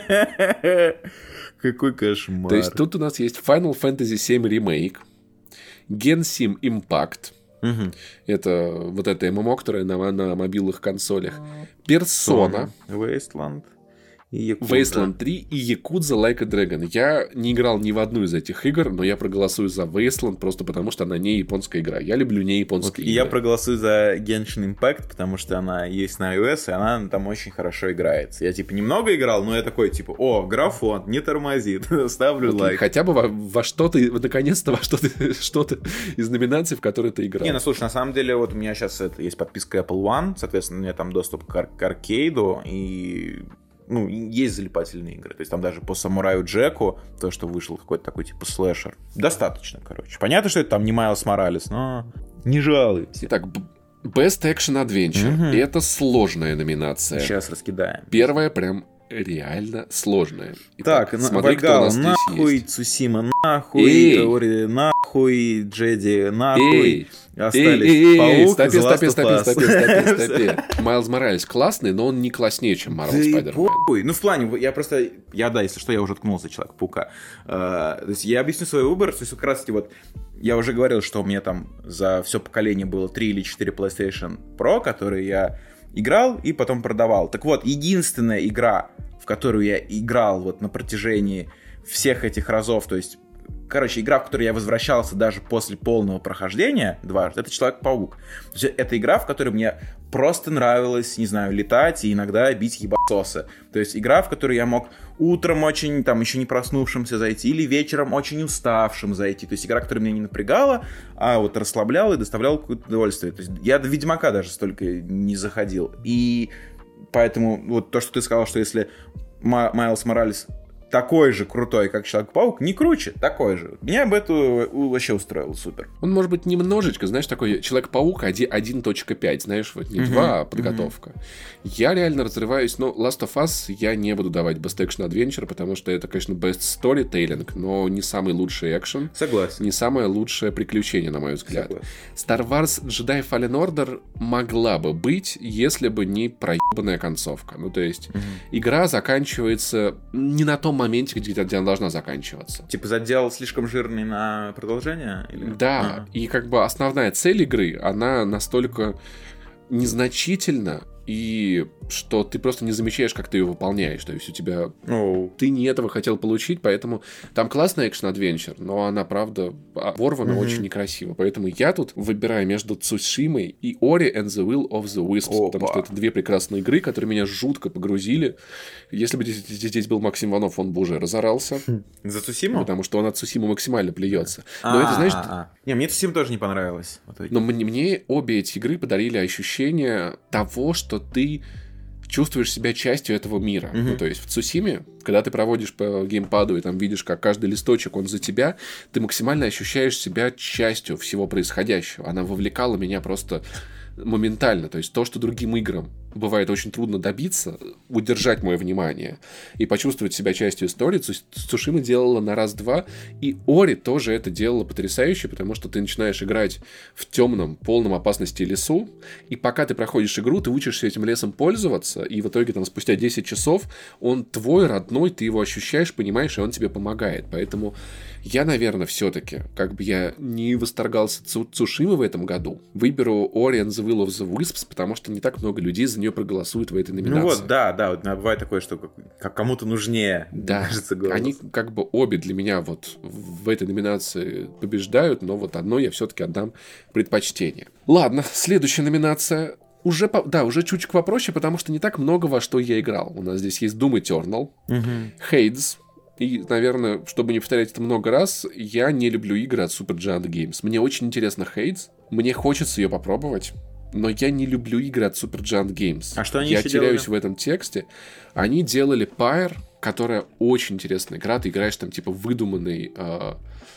Какой кошмар. То есть тут у нас есть Final Fantasy семь Remake, Genshin Impact. Угу. Это вот это эм эм о, которое на, на мобильных консолях. Persona. Wasteland. И Wasteland три и Yakuza Like a Dragon. Я не играл ни в одну из этих игр, но я проголосую за Wasteland просто потому, что она не японская игра. Я люблю не японские вот, игры. Я проголосую за Genshin Impact, потому что она есть на iOS, и она там очень хорошо играется. Я типа немного играл, но я такой типа, о, графон, не тормозит, ставлю вот лайк. Хотя бы во, во что-то, наконец-то во что-то, что-то из номинаций, в которые ты играл. Не, ну слушай, на самом деле вот у меня сейчас это, есть подписка Apple One, соответственно, у меня там доступ к, ар- к аркейду, и... Ну, есть залипательные игры. То есть там даже по Самураю Джеку, то, что вышел какой-то такой типа слэшер, достаточно, короче. Понятно, что это там не Майлз Моралес, но не жалуйтесь. Итак, Best Action Adventure. Угу. Это сложная номинация. Сейчас раскидаем. Первая прям реально сложная. Итак, так, смотри, Вальгалла, кто у нас нахуй, есть. Цусима нахуй, Ори нахуй, Джеди нахуй. Эй. Остались эй, эй, Паук, стопе, стопе, стопе, стопе, стопе, стопе. Майлз Моралес классный, но он не класснее, чем Марвел Спайдермен. Ну, в плане, я просто, я, да, если что, я уже ткнулся Человека-паука. Uh, то есть я объясню свой выбор, то есть как раз таки вот, я уже говорил, что у меня там за все поколение было три или четыре PlayStation Pro, которые я играл и потом продавал. Так вот, единственная игра, в которую я играл вот на протяжении всех этих разов, то есть Короче, игра, в которой я возвращался даже после полного прохождения дважды, это Человек-паук. То есть это игра, в которой мне просто нравилось, не знаю, летать и иногда бить ебасосы. То есть игра, в которой я мог утром очень, там, еще не проснувшимся зайти, или вечером очень уставшим зайти. То есть игра, которая меня не напрягала, а вот расслабляла и доставляла какое-то удовольствие. То есть я до Ведьмака даже столько не заходил. И поэтому вот то, что ты сказал, что если Майлз Моралес такой же крутой, как Человек-паук, не круче, такой же. Меня бы это вообще устроило супер. Он может быть немножечко, знаешь, такой Человек-паук один точка пять, знаешь, вот не два, uh-huh. а подготовка. Uh-huh. Я реально разрываюсь, но Last of Us я не буду давать Best Action Adventure, потому что это, конечно, Best Storytelling, но не самый лучший экшен. Согласен. Не самое лучшее приключение, на мой взгляд. Согласен. Star Wars Jedi Fallen Order могла бы быть, если бы не проебанная концовка. Ну, то есть, uh-huh. игра заканчивается не на том моменте, где, где она должна заканчиваться. Типа задел слишком жирный на продолжение? Или... Да, а. И как бы основная цель игры, она настолько незначительна, и что ты просто не замечаешь, как ты ее выполняешь. То есть у тебя... Oh. Ты не этого хотел получить, поэтому там классная экшн-адвенчер, но она, правда, оборвана mm-hmm. очень некрасиво. Поэтому я тут выбираю между Цусимой и Ori and the Will of the Wisps, oh, потому что это две прекрасные игры, которые меня жутко погрузили. Если бы здесь, здесь был Максим Иванов, он бы уже разорался. За Цусиму? Потому что он от Цусимы максимально плюется. Но это, знаешь... Не, мне Цусима тоже не понравилось. Но мне, мне обе эти игры подарили ощущение того, что ты чувствуешь себя частью этого мира. Mm-hmm. Ну, то есть в Цусиме, когда ты проводишь по геймпаду и там видишь, как каждый листочек, он за тебя, ты максимально ощущаешь себя частью всего происходящего. Она вовлекала меня просто моментально. То есть то, что другим играм бывает очень трудно добиться, удержать мое внимание и почувствовать себя частью истории, Цусима делала на раз-два, и Ори тоже это делала потрясающе, потому что ты начинаешь играть в темном, полном опасности лесу, и пока ты проходишь игру, ты учишься этим лесом пользоваться, и в итоге там спустя десять часов он твой, родной, ты его ощущаешь, понимаешь, и он тебе помогает. Поэтому я, наверное, все-таки, как бы я не восторгался Цусимой в этом году, выберу Ori and the Will of the Wisps, потому что не так много людей за нее проголосуют в этой номинации. Ну вот, да, да, вот бывает такое, что как кому-то нужнее, да, кажется, голос. Они как бы обе для меня вот в этой номинации побеждают, но вот одной я все-таки отдам предпочтение. Ладно, следующая номинация. Уже, да, уже чуть попроще, потому что не так много во что я играл. У нас здесь есть Doom Eternal, uh-huh. Hades. И, наверное, чтобы не повторять это много раз, я не люблю игры от Supergiant Games. Мне очень интересно Hades, мне хочется ее попробовать, но я не люблю игры от Supergiant Games. А что они Я еще теряюсь делали? в этом тексте. Они делали Pyre, которая очень интересная игра. Ты играешь там типа выдуманный э,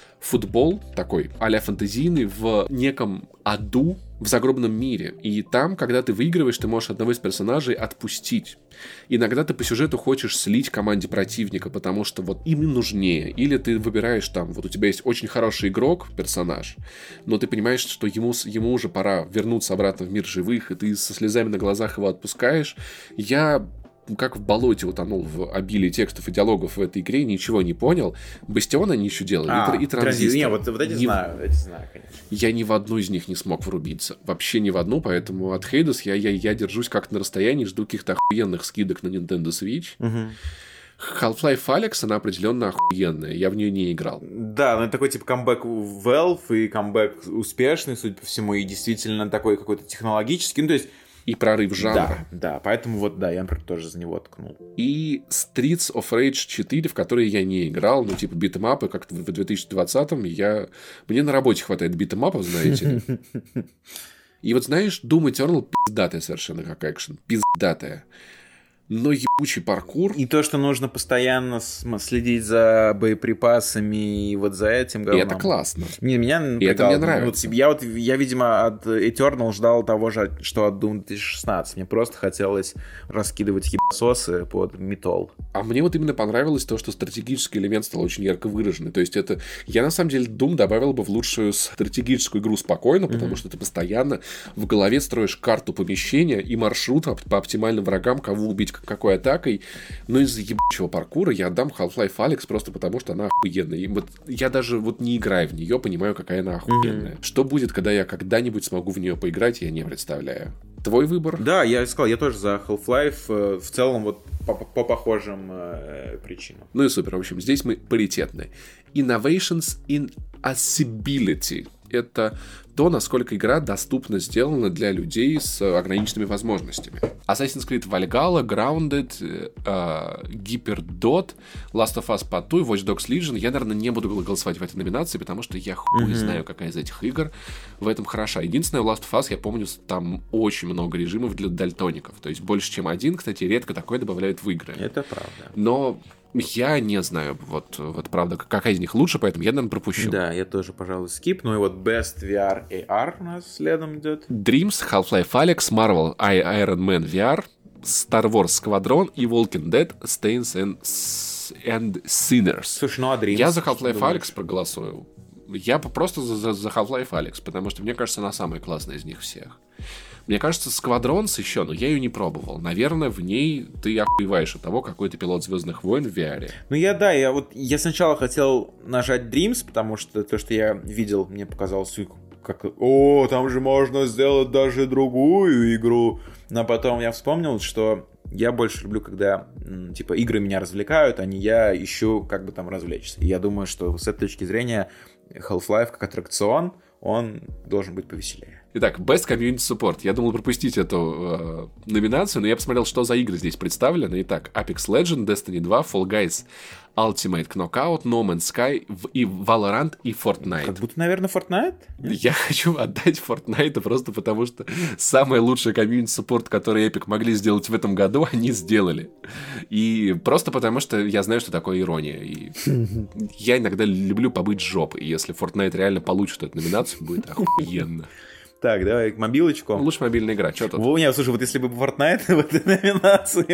футбол такой а-ля фэнтезийный в неком аду в загробном мире. И там, когда ты выигрываешь, ты можешь одного из персонажей отпустить. Иногда ты по сюжету хочешь слить команде противника, потому что вот им нужнее. Или ты выбираешь там, вот у тебя есть очень хороший игрок, персонаж, но ты понимаешь, что ему, ему уже пора вернуться обратно в мир живых, и ты со слезами на глазах его отпускаешь. Я... как в болоте утонул в обилии текстов и диалогов в этой игре, ничего не понял. Бастион они еще делали, а, и, и Транзистор. Не, вот, вот эти ни знаю, в... эти знаю, конечно. Я ни в одну из них не смог врубиться. Вообще ни в одну, поэтому от Hades я, я, я держусь как-то на расстоянии, жду каких-то охуенных скидок на Nintendo Switch. Угу. Half-Life Alyx, она определенно охуенная. Я в нее не играл. Да, но это такой типа камбэк Valve, и камбэк успешный, судя по всему, и действительно такой какой-то технологический. Ну, то есть и прорыв жанра. Да, да, поэтому вот, да, я, например, тоже за него ткнул. И Streets of Rage четыре, в которые я не играл, ну, типа, битэмапы, как-то в две тысячи двадцатом я... Мне на работе хватает битэмапов, знаете ли. И вот, знаешь, Doom Eternal пиздатая совершенно как экшен. Пиздатая. Но ебучий паркур. И то, что нужно постоянно следить за боеприпасами и вот за этим говном. И это классно. Не, меня и это мне нравится. Вот, я, вот, я, видимо, от Eternal ждал того же, что от Doom две тысячи шестнадцать. Мне просто хотелось раскидывать ебасосы под металл. А мне вот именно понравилось то, что стратегический элемент стал очень ярко выраженный. То есть это... Я, на самом деле, Doom добавил бы в лучшую стратегическую игру спокойно, потому mm-hmm. что ты постоянно в голове строишь карту помещения и маршрут по оптимальным врагам, кого убить какой атакой, но из-за ебучего паркура я отдам Half-Life Alyx просто потому, что она охуенная. И вот я даже вот не играя в нее, понимаю, какая она охуенная. Mm-hmm. Что будет, когда я когда-нибудь смогу в нее поиграть, я не представляю. Твой выбор? Да, я сказал, я тоже за Half-Life, в целом вот по, по похожим э, причинам. Ну и супер, в общем, здесь мы паритетны. Innovations in Accessibility. Это то, насколько игра доступно сделана для людей с ограниченными возможностями. Assassin's Creed Valhalla, Grounded, э, Hyperdot, Last of Us Part два и Watch Dogs Legion. Я, наверное, не буду голосовать в этой номинации, потому что я хуй mm-hmm. знаю, какая из этих игр в этом хороша. Единственное, Last of Us, я помню, там очень много режимов для дальтоников. То есть больше, чем один. Кстати, редко такое добавляют в игры. Это правда. Но... Я не знаю, вот, вот правда, какая из них лучше, поэтому я, наверное, пропущу. Да, я тоже, пожалуй, скип. Ну и вот Best ви ар эй ар у нас следом идет. Dreams, Half-Life Alyx, Marvel Iron Man ви ар, Star Wars Squadron и Walking Dead Saints and, and Sinners. Слушай, ну а Dreams? Я за Half-Life Alyx проголосую. Я просто за, за, за Half-Life Alyx, потому что мне кажется, она самая классная из них всех. Мне кажется, Squadrons еще, но я ее не пробовал. Наверное, в ней ты охуеваешь от того, какой ты пилот Звездных войн в ви ар. Ну я, да, я вот я сначала хотел нажать Dreams, потому что то, что я видел, мне показалось, как, о, там же можно сделать даже другую игру. Но потом я вспомнил, что я больше люблю, когда, типа, игры меня развлекают, а не я ищу, как бы там развлечься. И я думаю, что с этой точки зрения Half-Life как аттракцион, он должен быть повеселее. Итак, Best Community Support. Я думал пропустить эту э, номинацию, но я посмотрел, что за игры здесь представлены. Итак, Apex Legends, Destiny два, Fall Guys, Ultimate Knockout, No Man's Sky, и Valorant, и Fortnite. Как будто, наверное, Fortnite? Я хочу отдать Fortnite просто потому, что самый лучший комьюнити-суппорт, который Epic могли сделать в этом году, они сделали. И просто потому, что я знаю, что такое ирония. И я иногда люблю побыть жопой. И если Fortnite реально получит эту номинацию, будет охуенно. Так, давай к мобилочку. Лучше мобильная игра, что тут? Во, не, слушай, вот если бы Fortnite в этой номинации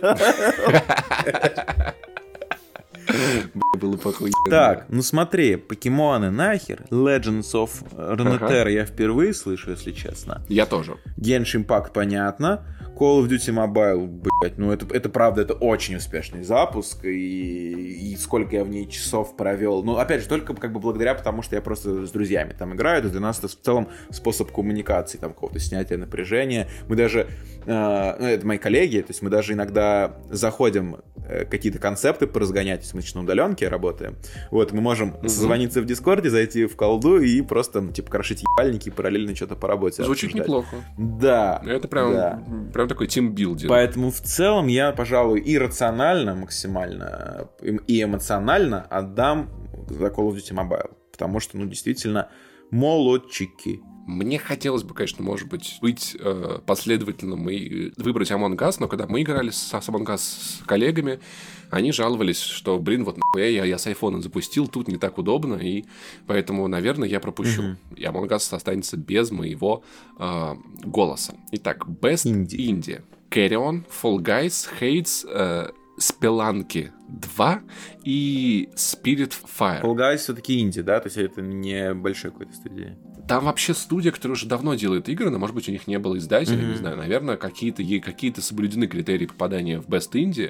было похуй. Так, ну смотри, покемоны нахер. Legends of Runeterra ага. я впервые слышу, если честно. Я тоже. Genshin Impact, понятно. Call of Duty Mobile, блять, ну это, это правда, это очень успешный запуск, и, и сколько я в ней часов провел. Ну, опять же, только как бы благодаря, потому что я просто с друзьями там играю, это для нас это в целом способ коммуникации, там, какого-то снятия напряжения. Мы даже, э, ну, это мои коллеги, то есть мы даже иногда заходим э, какие-то концепты поразгонять, то есть мы на удаленке работаем, вот, мы можем mm-hmm. созвониться в Дискорде, зайти в колду и просто, типа, крошить ебальники и параллельно что-то по работе Звучит обсуждать. Неплохо. Да. Это прям, да. прям такой тимбилдинг. Поэтому в целом я, пожалуй, и рационально максимально, и эмоционально отдам за Call of Duty Mobile. Потому что, ну, действительно, молодчики. Мне хотелось бы, конечно, может быть, быть э, последовательным и выбрать Among Us, но когда мы играли с, с Among Us с коллегами, они жаловались, что, блин, вот нахуя я, я с айфона запустил, тут не так удобно, и поэтому, наверное, я пропущу. Mm-hmm. И Among Us останется без моего э, голоса. Итак, Best Indie. Indie. Carry On, Fall Guys, Hades, э, Spelunky два и Spirit Fire. Fall Guys все-таки инди, да? То есть это не большой какой-то студия. Там вообще студия, которая уже давно делает игры, но, может быть, у них не было издателя, mm-hmm. не знаю. Наверное, какие-то, какие-то соблюдены критерии попадания в Best Indie.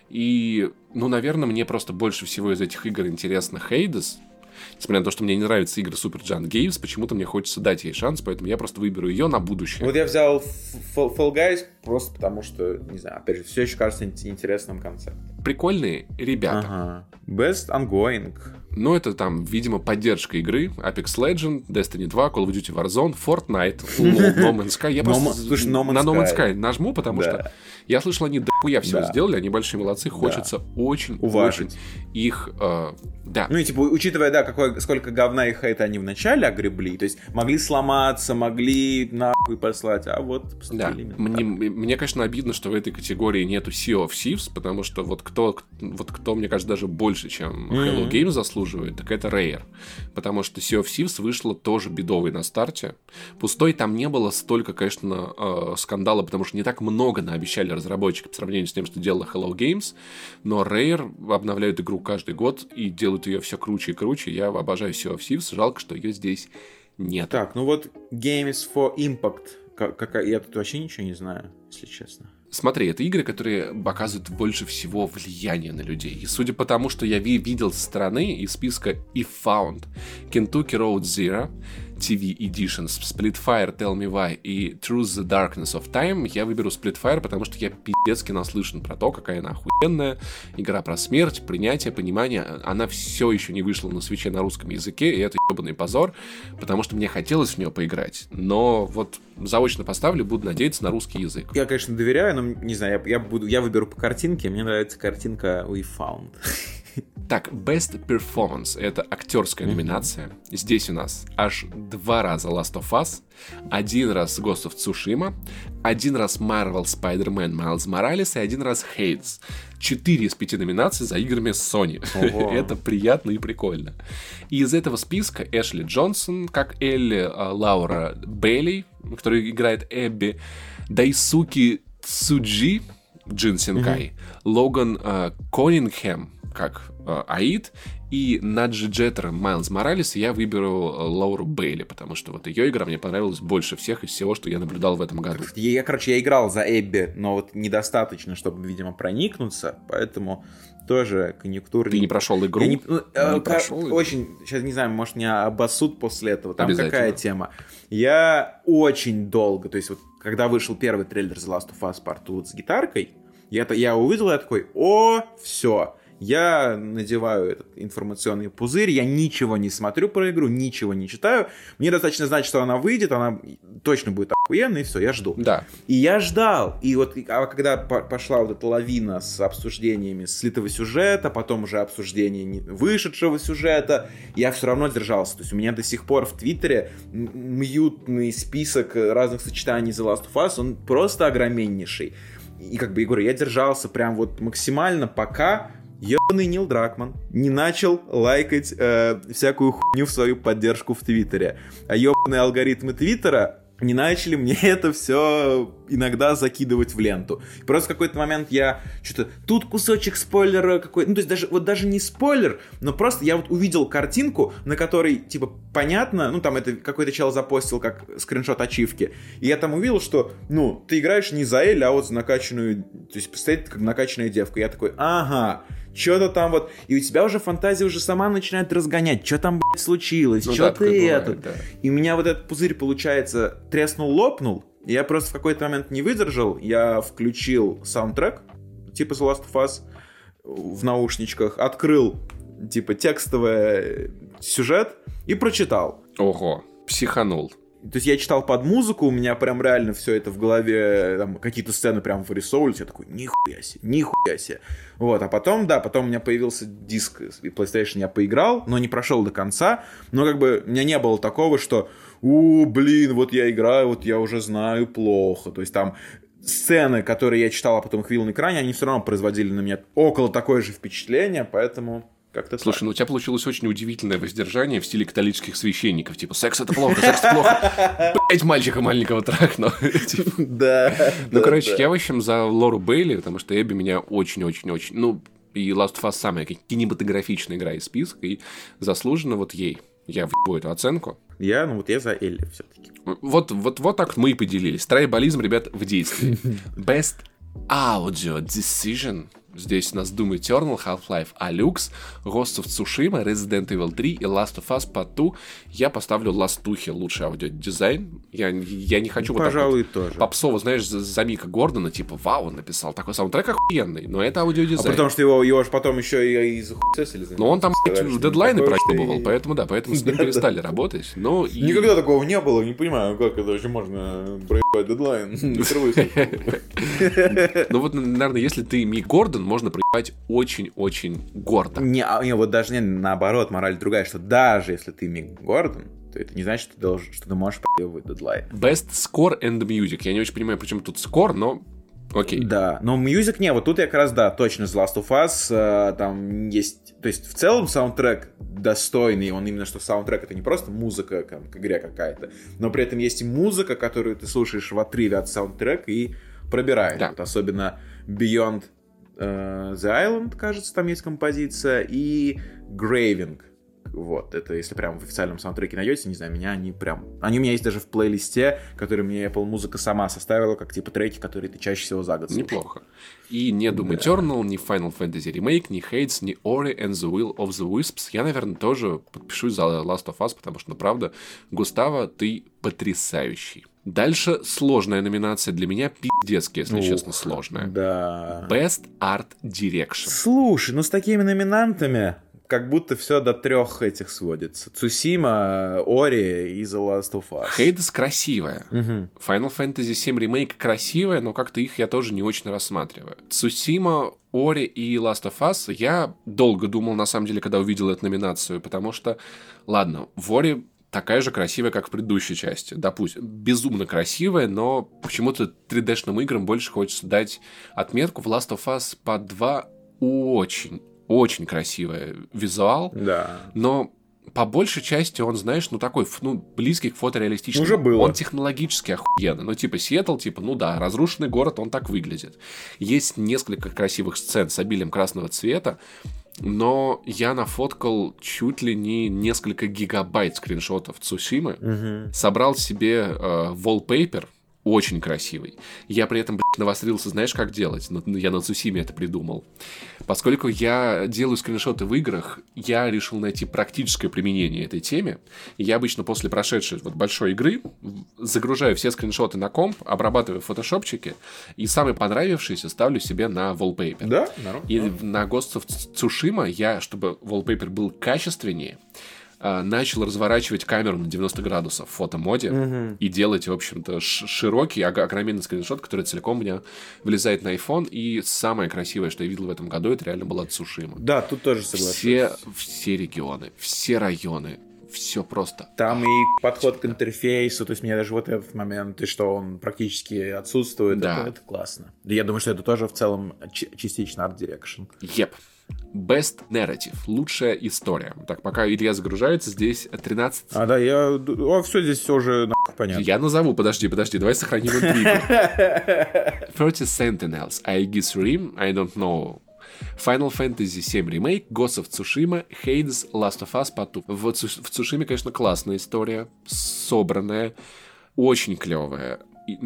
И, ну, наверное, мне просто больше всего из этих игр интересно Hades. Несмотря на то, что мне не нравятся игры Super Giant Games, почему-то мне хочется дать ей шанс, поэтому я просто выберу ее на будущее. Вот я взял Fall, Fall Guys просто потому, что, не знаю, опять же, все еще кажется интересным концептом. Прикольные ребята. Ага. Best Ongoing. Ну, это там, видимо, поддержка игры. Apex Legends, Destiny два, Call of Duty Warzone, Fortnite, LoL, No Man's Sky. Я просто Слушай, no на No Man's Sky нажму, потому да. что я слышал, они дохуя всего да. сделали, они большие молодцы, хочется да. очень уважить их, э, да. Ну и типа, учитывая, да, какой, сколько говна и хейта они вначале огребли, то есть могли сломаться, могли нахуй послать, а вот да. мне, мне, конечно, обидно, что в этой категории нету Sea of Thieves, потому что вот кто, вот кто, мне кажется, даже больше, чем Hello mm-hmm. Games заслуживает, так это Rare. Потому что Sea of Thieves вышла тоже бедовой на старте. Пустой там не было столько, конечно, э, скандала, потому что не так много наобещали разработчики по сравнению с тем, что делала Hello Games, но Rare обновляют игру каждый год и делают ее все круче и круче. Я обожаю Sea of Thieves, жалко, что ее здесь нет. Так, ну вот Games for Impact, как, как, я тут вообще ничего не знаю, если честно. Смотри, это игры, которые показывают больше всего влияния на людей. И судя по тому, что я ви- видел со стороны из списка If Found, Kentucky Road Zero, ти ви Editions, Splitfire, Tell Me Why и Truth the Darkness of Time, я выберу Splitfire, потому что я пиздецки наслышан про то, какая она охуенная игра про смерть, принятие, понимание. Она все еще не вышла на свитче на русском языке, и это ебаный позор, потому что мне хотелось в нее поиграть, но вот заочно поставлю, буду надеяться на русский язык. Я, конечно, доверяю, но, не знаю, я, я, буду, я выберу по картинке, мне нравится картинка We Found. Так, Best Performance — это актерская номинация. Здесь у нас аж два раза Last of Us, один раз Ghost of Tsushima, один раз Marvel Spider-Man Miles Morales и один раз Hades. Четыре из пяти номинаций за играми Sony. Это приятно и прикольно. И из этого списка Эшли Джонсон, как Элли, Лаура Бейли, которая играет Эбби, Дайсуки Цуджи, Джин Синкай, mm-hmm. Логан э, Коннингхэм, как э, Аид, и Наджи Джеттер, Майлз Моралес, я выберу Лауру Бейли, потому что вот ее игра мне понравилась больше всех из всего, что я наблюдал в этом году. Я, я, короче, я играл за Эбби, но вот недостаточно, чтобы, видимо, проникнуться, поэтому тоже конъюнктурный... Ты не прошел игру? Я не, ну, не э, прошел игру? Очень, сейчас не знаю, может, меня обоссут после этого. Там какая тема? Я очень долго, то есть вот когда вышел первый трейлер The Last of Us Part два с гитаркой, я, я увидел, я такой, о, все. Я надеваю этот информационный пузырь, я ничего не смотрю про игру, ничего не читаю. Мне достаточно знать, что она выйдет, она точно будет охуенной, и все, я жду. Да. И я ждал. И вот а когда пошла вот эта лавина с обсуждениями слитого сюжета, потом уже обсуждение вышедшего сюжета, я все равно держался. То есть у меня до сих пор в Твиттере мьютный список разных сочетаний The Last of Us, он просто огроменнейший. И как бы, я говорю, я держался прям вот максимально, пока... Ёбаный Нил Дракман не начал лайкать э, всякую хуйню в свою поддержку в Твиттере. А ёбаные алгоритмы Твиттера не начали мне это все иногда закидывать в ленту. Просто в какой-то момент я что-то... Тут кусочек спойлера какой-то... Ну, то есть даже, вот даже не спойлер, но просто я вот увидел картинку, на которой, типа, понятно... Ну, там это какой-то чел запостил как скриншот ачивки. И я там увидел, что, ну, ты играешь не за Элли, а вот за накачанную... То есть, стоит как накачанная девка. Я такой, ага... Что-то там вот... И у тебя уже фантазия уже сама начинает разгонять. Что там, блядь, случилось? Ну, что ты это? Да. И у меня вот этот пузырь, получается, треснул, лопнул. И я просто в какой-то момент не выдержал. Я включил саундтрек, типа The Last of Us, в наушничках. Открыл, типа, текстовый сюжет и прочитал. Ого, психанул. То есть я читал под музыку, у меня прям реально все это в голове, там, какие-то сцены прям вырисовывались, я такой, нихуя себе, нихуя себе. Вот, а потом, да, потом у меня появился диск, и PlayStation я поиграл, но не прошел до конца, но как бы у меня не было такого, что, у, блин, вот я играю, вот я уже знаю плохо, то есть там сцены, которые я читал, а потом их видел на экране, они все равно производили на меня около такое же впечатление, поэтому... Как-то Слушай, так. ну у тебя получилось очень удивительное воздержание в стиле католических священников. Типа, секс это плохо, секс это плохо. Блять, мальчика маленького трахну. Да. Ну, короче, я, в общем, за Лору Бейли, потому что Эбби меня очень-очень-очень... Ну, и Last of Us самая кинематографичная игра из списка, и заслуженно вот ей. Я въебу эту оценку. Я, ну вот я за Элли все-таки. Вот, вот, вот так мы и поделились. Трайбализм, ребят, в действии. Best Audio Decision. Здесь у нас Doom Eternal, Half-Life Alyx, Ghost of Tsushima, Resident Evil три и Last of Us Part два. Я поставлю Ластухе лучший аудиодизайн. Я, я не хочу ну, вот пожалуй, так вот тоже. попсово, знаешь, за, за Мика Гордона, типа, вау, он написал такой саундтрек охуенный, но это аудиодизайн. А потому что его, его же потом еще и, и захуесили. Но он там дедлайны проебывал, и... поэтому да, поэтому с ним перестали работать. Но и... Никогда такого не было, не понимаю, как это вообще можно проебать дедлайн. Ну вот, наверное, если ты Мик Гордон, можно проебать очень-очень гордо. Не, не, вот даже не, наоборот, мораль другая, что даже если ты Мик Гордон, то это не значит, что ты, должен, что ты можешь проебывать дедлайн. Best Score and Music. Я не очень понимаю, почему тут score, но окей. Да, но music не, вот тут я как раз, да, точно The Last of Us, э, там есть, то есть в целом саундтрек достойный, он именно что саундтрек, это не просто музыка как, к игре какая-то, но при этом есть и музыка, которую ты слушаешь в отрыве от саундтрека и пробирает. Да. Вот особенно Beyond uh, the Island, кажется, там есть композиция, и Graving, Вот, это если прям в официальном саундтреке найдете, не знаю, меня они прям... Они у меня есть даже в плейлисте, который мне Apple Music сама составила, как типа треки, которые ты чаще всего за год слушаешь. Неплохо. И не Doom Eternal, ни Final Fantasy Remake, ни Hades, ни Ori and the Will of the Wisps. Я, наверное, тоже подпишусь за Last of Us, потому что, ну, правда, Густаво, ты потрясающий. Дальше сложная номинация для меня, пиздецки, если Ух, честно, сложная. Да. Best Art Direction. Слушай, ну с такими номинантами как будто все до трех этих сводится. Цусима, Ори и The Last of Us. Hades красивая. Угу. Final Fantasy семь Remake красивая, но как-то их я тоже не очень рассматриваю. Цусима, Ори и Last of Us я долго думал, на самом деле, когда увидел эту номинацию, потому что, ладно, в Ори такая же красивая, как в предыдущей части. Допустим, безумно красивая, но почему-то три дэ-шным играм больше хочется дать отметку. В Last of Us по два очень, очень красивый визуал. Да. Но по большей части он, знаешь, ну такой, ну, близкий к фотореалистичному. Уже было. Он технологически охуенный. Ну, типа, Сиэтл, типа, ну да, разрушенный город, он так выглядит. Есть несколько красивых сцен с обилием красного цвета, но я нафоткал чуть ли не несколько гигабайт скриншотов Цусимы, угу. собрал себе э, wallpaper, очень красивый. Я при этом, блядь, навострился, знаешь, как делать? Я на Цусиме это придумал. Поскольку я делаю скриншоты в играх, я решил найти практическое применение этой теме. Я обычно после прошедшей вот большой игры загружаю все скриншоты на комп, обрабатываю в фотошопчике, и самый понравившийся ставлю себе на wallpaper. Да? Нормально. И на Ghost of Tsushima я, чтобы wallpaper был качественнее, начал разворачивать камеру на девяносто градусов в фотомоде угу. и делать, в общем-то, широкий, огроменный скриншот, который целиком у меня влезает на iPhone. И самое красивое, что я видел в этом году, это реально была Цушима. Да, тут тоже соглашусь. Все, все регионы, все районы, все просто. Там и подход к интерфейсу, то есть мне даже вот этот момент, и что он практически отсутствует, да. это, это классно. Да, я думаю, что это тоже в целом ч- частично Art Direction. Yep. Best Narrative. Лучшая история. Так, пока Илья загружается, здесь тринадцать... А, да, я... О, все, здесь все уже нахуй понятно. Я назову, подожди, подожди, давай сохраним интригу. thirty Sentinels, Aegis Rim, I Don't Know, Final Fantasy семь Remake, Ghost of Tsushima, Hades, Last of Us Part два. В, в Цушиме, конечно, классная история, собранная, очень клевая,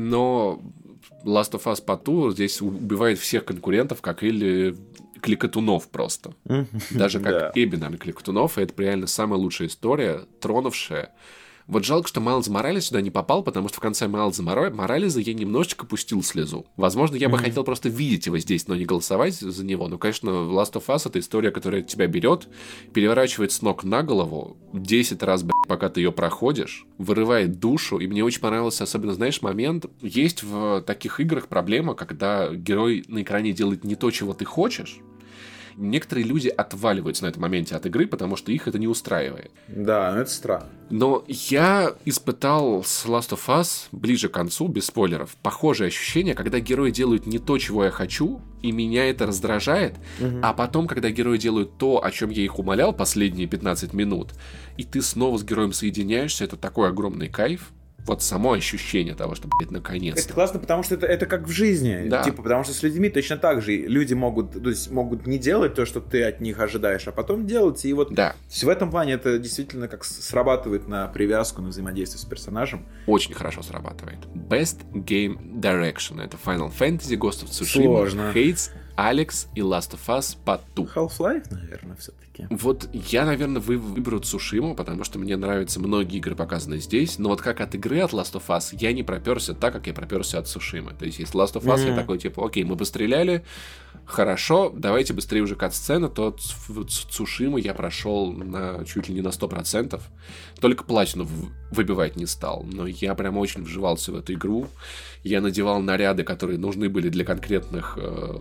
но Last of Us Part два здесь убивает всех конкурентов, как или... кликотунов просто. Даже как да. Эбинар кликотунов, и это реально самая лучшая история, тронувшая. Вот жалко, что Майлз Моралес сюда не попал, потому что в конце Майлза Моралеса я немножечко пустил слезу. Возможно, я бы mm-hmm. хотел просто видеть его здесь, но не голосовать за него. Но, конечно, Last of Us — это история, которая тебя берет, переворачивает с ног на голову десять раз, блядь, пока ты ее проходишь, вырывает душу. И мне очень понравился, особенно, знаешь, момент. Есть в таких играх проблема, когда герой на экране делает не то, чего ты хочешь. Некоторые люди отваливаются на этом моменте от игры, потому что их это не устраивает. Да, ну это странно. Но я испытал с Last of Us ближе к концу, без спойлеров, похожее ощущение, когда герои делают не то, чего я хочу, и меня это раздражает, угу. а потом, когда герои делают то, о чем я их умолял последние пятнадцать минут, и ты снова с героем соединяешься, это такой огромный кайф. Вот само ощущение того, что, блядь, наконец-то. Это классно, потому что это, это как в жизни. Да. Типа, потому что с людьми точно так же. Люди могут, то есть, могут не делать то, что ты от них ожидаешь, а потом делать. И вот да. то есть, в этом плане это действительно как срабатывает на привязку, на взаимодействие с персонажем. Очень хорошо срабатывает. Best Game Direction. Это Final Fantasy, Ghost of Tsushima, Hades, Alex и Last of Us Part два. Half-Life, наверное, все-таки. Вот я, наверное, выберу Цушиму, потому что мне нравятся многие игры, показанные здесь. Но вот как от игры от Last of Us я не проперся так, как я проперся от Цушимы. То есть, если Last of Us, mm-hmm. я такой, типа, окей, мы постреляли, хорошо, давайте быстрее уже кат-сцена, то Цушиму я прошел на, чуть ли не на сто процентов. Только платину выбивать не стал. Но я прям очень вживался в эту игру. Я надевал наряды, которые нужны были для конкретных э,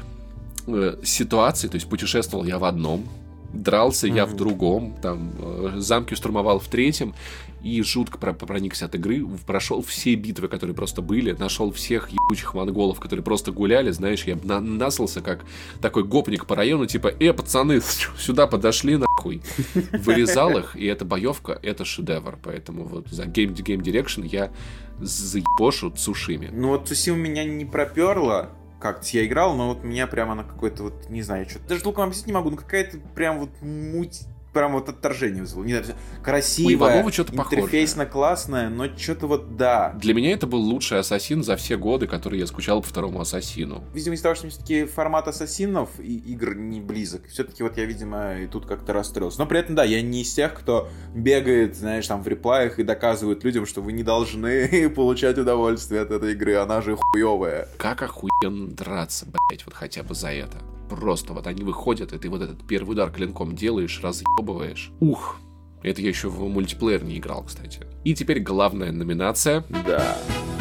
э, ситуаций. То есть, путешествовал я в одном, дрался mm-hmm. я в другом, там, э, замки штурмовал в третьем, и жутко проникся от игры, прошел все битвы, которые просто были, нашел всех ебучих монголов, которые просто гуляли, знаешь, я на- наслался как такой гопник по району, типа, э, пацаны, сюда подошли, нахуй. Вырезал их, и эта боевка, это шедевр, поэтому вот за Game, Game Direction я заебошу Цушиме. Ну вот Цусима меня не проперло, как-то я играл, но вот меня прямо на какой-то вот, не знаю, что-то даже толком объяснить не могу, но какая-то прям вот муть прям вот отторжение вызвало. Не знаю, красивая, интерфейсно похожее. Классная, но что-то вот да. Для меня это был лучший Ассасин за все годы, которые я скучал по второму Ассасину. Видимо, из-за того, что все-таки формат Ассасинов и игр не близок. Все-таки вот я, видимо, и тут как-то расстроился. Но при этом, да, я не из тех, кто бегает, знаешь, там в реплаях и доказывает людям, что вы не должны получать удовольствие от этой игры, она же хуевая. Как охуенно драться, блять, вот хотя бы за это. Просто вот они выходят, и ты вот этот первый удар клинком делаешь, разъебываешь. Ух, это я еще в мультиплеер не играл, кстати. И теперь главная номинация. Да.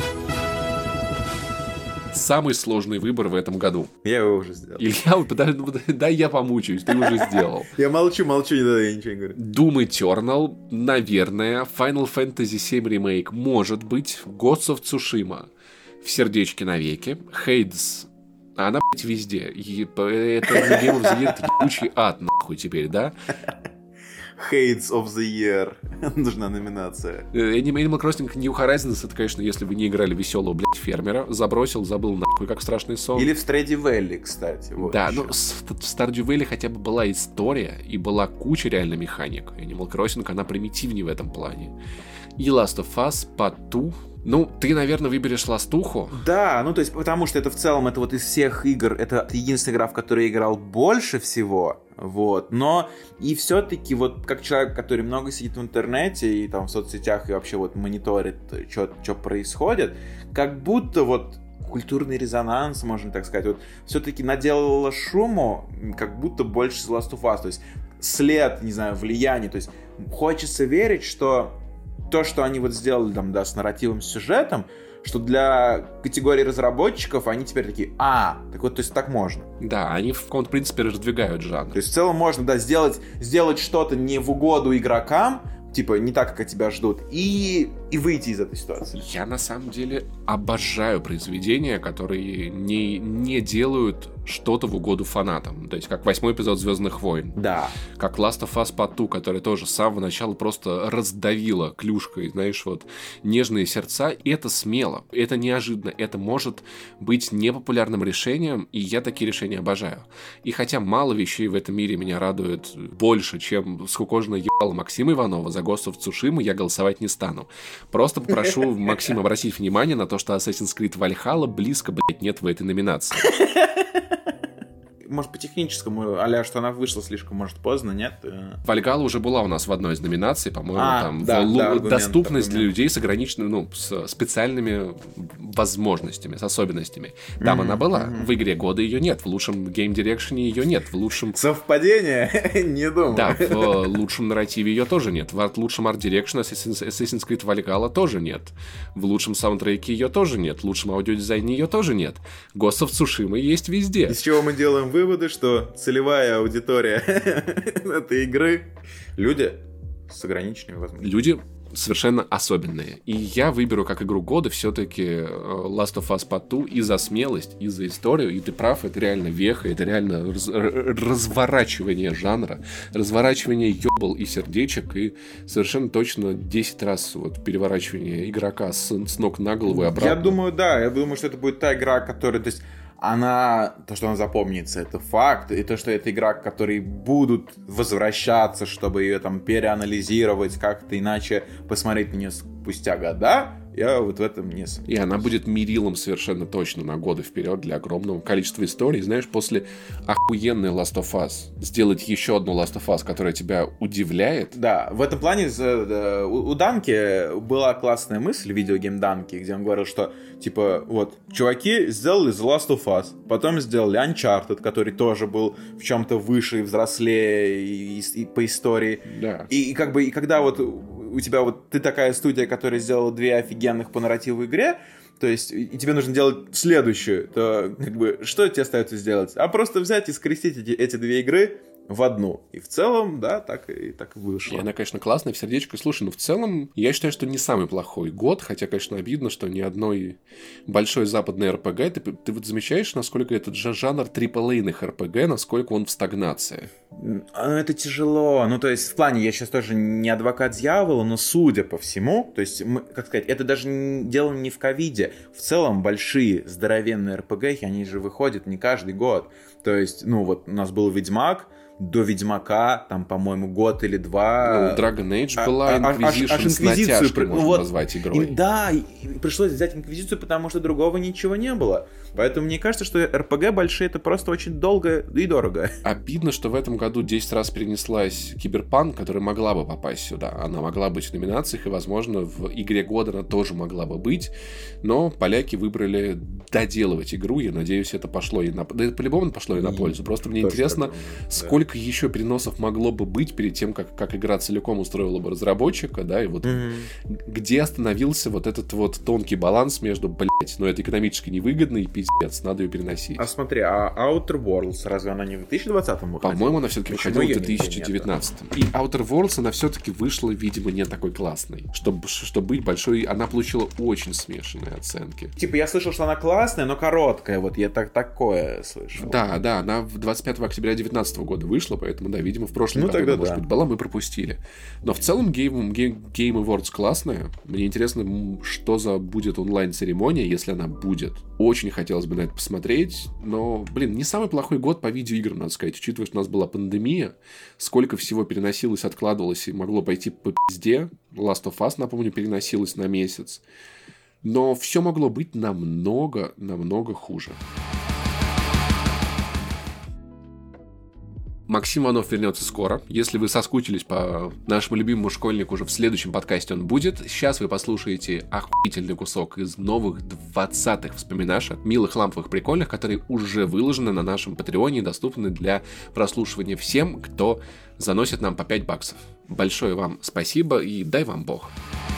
Самый сложный выбор в этом году. Я его уже сделал. Илья, подожди, дай я помучаюсь, ты уже сделал. Я молчу, молчу, я ничего не говорю. Doom Eternal, наверное, Final Fantasy семь Remake, может быть, Ghost of Tsushima, в сердечке навеки, Hades. А она, блядь, везде. И это Game of the Year ебучий ад, нахуй, теперь, да? Hades of the Year. Нужна номинация. Animal Crossing New Horizons, это, конечно, если вы не играли веселого, блядь, фермера. Забросил, забыл, нахуй, как страшный сон. Или в Stardew Valley, кстати. Вот да, еще. ну, в Stardew Valley хотя бы была история, и была куча реально механик. Animal Crossing, она примитивнее в этом плане. И Last of Us, Part два. Ну, ты, наверное, выберешь Ластуху. Да, ну то есть, потому что это в целом, это вот из всех игр, это единственная игра, в которой я играл больше всего, вот, но и все-таки вот как человек, который много сидит в интернете и там в соцсетях и вообще вот мониторит, что происходит, как будто вот культурный резонанс, можно так сказать, вот все-таки наделало шуму, как будто больше с Last of Us, то есть след, не знаю, влияние, то есть хочется верить, что то, что они вот сделали там, да, с нарративом, с сюжетом, что для категории разработчиков они теперь такие, а, так вот, то есть так можно. Да, они в каком-то принципе раздвигают жанр. То есть в целом можно, да, сделать, сделать что-то не в угоду игрокам, типа, не так, как от тебя ждут, и, и выйти из этой ситуации. Я, на самом деле, обожаю произведения, которые не, не делают что-то в угоду фанатам. То есть, как восьмой эпизод «Звездных войн». Да. Как Last of Us Part два, которая тоже с самого начала просто раздавила клюшкой, знаешь, вот, нежные сердца. И это смело, это неожиданно, это может быть непопулярным решением, и я такие решения обожаю. И хотя мало вещей в этом мире меня радует больше, чем скукожно ебало Максима Иванова за Ghost of Tsushima, я голосовать не стану. Просто попрошу Максима обратить внимание на то, что Assassin's Creed Valhalla близко, блядь, нет в этой номинации. Может, по техническому, а-ля, что она вышла слишком, может, поздно, нет? Valhalla уже была у нас в одной из номинаций, по-моему, а, там да, в, да, л- аргумент, доступность аргумент. для людей с ограниченными, ну, с специальными возможностями, с особенностями. Там mm-hmm, она была. Mm-hmm. В игре года ее нет, в лучшем Game Direction ее нет, в лучшем... Совпадение? Не думаю. Да, в лучшем нарративе ее тоже нет, в лучшем Art Direction Assassin's, Assassin's Creed Valhalla тоже нет, в лучшем саундтреке ее тоже нет, в лучшем аудиодизайне ее тоже нет. Ghost of Tsushima есть везде. Из чего мы делаем выводы, что целевая аудитория этой игры — люди с ограниченными возможностями. Люди совершенно особенные. И я выберу как игру года все-таки Last of Us Part два и за смелость, и за историю. И ты прав, это реально веха, это реально раз- разворачивание жанра, разворачивание ёбал и сердечек, и совершенно точно десять раз вот переворачивание игрока с, с ног на голову и обратно. Я думаю, да, я думаю, что это будет та игра, которая, то есть она, то, что она запомнится, это факт, и то, что это игра, к которой будут возвращаться, чтобы ее там переанализировать, как-то иначе посмотреть на нее спустя года, я вот в этом не сомневаюсь. И она будет мерилом совершенно точно на годы вперед для огромного количества историй. Знаешь, после охуенной Last of Us сделать еще одну Last of Us, которая тебя удивляет. Да, в этом плане у Данки была классная мысль, видеогейм Данки, где он говорил, что типа вот, чуваки сделали The Last of Us, потом сделали Uncharted, который тоже был в чем-то выше и взрослее и, и, и по истории. Да. И, и как бы, и когда вот у тебя вот ты такая студия, которая сделала две офигенных по нарративу игре, то есть и тебе нужно делать следующую, то как бы что тебе остается сделать? А просто взять и скрестить эти, эти две игры в одну. И в целом, да, так и, так и вышло. И она, конечно, классная, в сердечко. Слушай, ну в целом, я считаю, что не самый плохой год, хотя, конечно, обидно, что ни одной большой западной эр пи джи. Ты, ты вот замечаешь, насколько этот жанр триплейных эр пи джи, насколько он в стагнации? Это тяжело. Ну, то есть, в плане, я сейчас тоже не адвокат дьявола, но судя по всему, то есть, мы, как сказать, это даже не, дело не в ковиде. В целом, большие, здоровенные эр пи джи, они же выходят не каждый год. То есть, ну, вот у нас был Ведьмак, до Ведьмака, там, по-моему, год или два. Ну, Dragon Age была, Inquisition а, а, а, с натяжкой, можно вот, назвать игрой. И, да, и, и пришлось взять Инквизицию, потому что другого ничего не было. Поэтому мне кажется, что эр пи джи большие — это просто очень долго и дорого. Обидно, что в этом году десять раз перенеслась Киберпанк, которая могла бы попасть сюда. Она могла быть в номинациях, и, возможно, в игре года она тоже могла бы быть. Но поляки выбрали доделывать игру. Я надеюсь, это пошло и на... Да, по-любому пошло и на пользу. Просто мне тоже интересно, так, да. сколько еще переносов могло бы быть перед тем, как, как игра целиком устроила бы разработчика, да, и вот mm-hmm. где остановился вот этот вот тонкий баланс между, блять, ну это экономически невыгодно и пиздец, надо ее переносить. А смотри, а Outer Worlds, разве она не в две тысячи двадцатом выходила? По-моему, она все-таки выходила в две тысячи девятнадцатом. И Outer Worlds, она все-таки вышла, видимо, не такой классной. Чтобы, чтобы быть большой, она получила очень смешанные оценки. Типа, я слышал, что она классная, но короткая, вот я так такое слышал. Да, да, она в двадцать пятого октября две тысячи девятнадцатого года вышла, поэтому, да, видимо, в прошлом ну, году, тогда, может да. быть, была, мы пропустили. Но в целом Game, Game, Game Awards классная. Мне интересно, что за будет онлайн-церемония, если она будет. Очень хотелось бы на это посмотреть, но, блин, не самый плохой год по видеоиграм, надо сказать, учитывая, что у нас была пандемия, сколько всего переносилось, откладывалось и могло пойти по пизде. Last of Us, напомню, переносилось на месяц. Но все могло быть намного, намного хуже. Максим Иванов вернется скоро. Если вы соскучились по нашему любимому школьнику, уже в следующем подкасте он будет. Сейчас вы послушаете охуительный кусок из новых двадцатых вспоминашек, милых, ламповых, прикольных, которые уже выложены на нашем Патреоне и доступны для прослушивания всем, кто заносит нам по пять баксов. Большое вам спасибо и дай вам бог.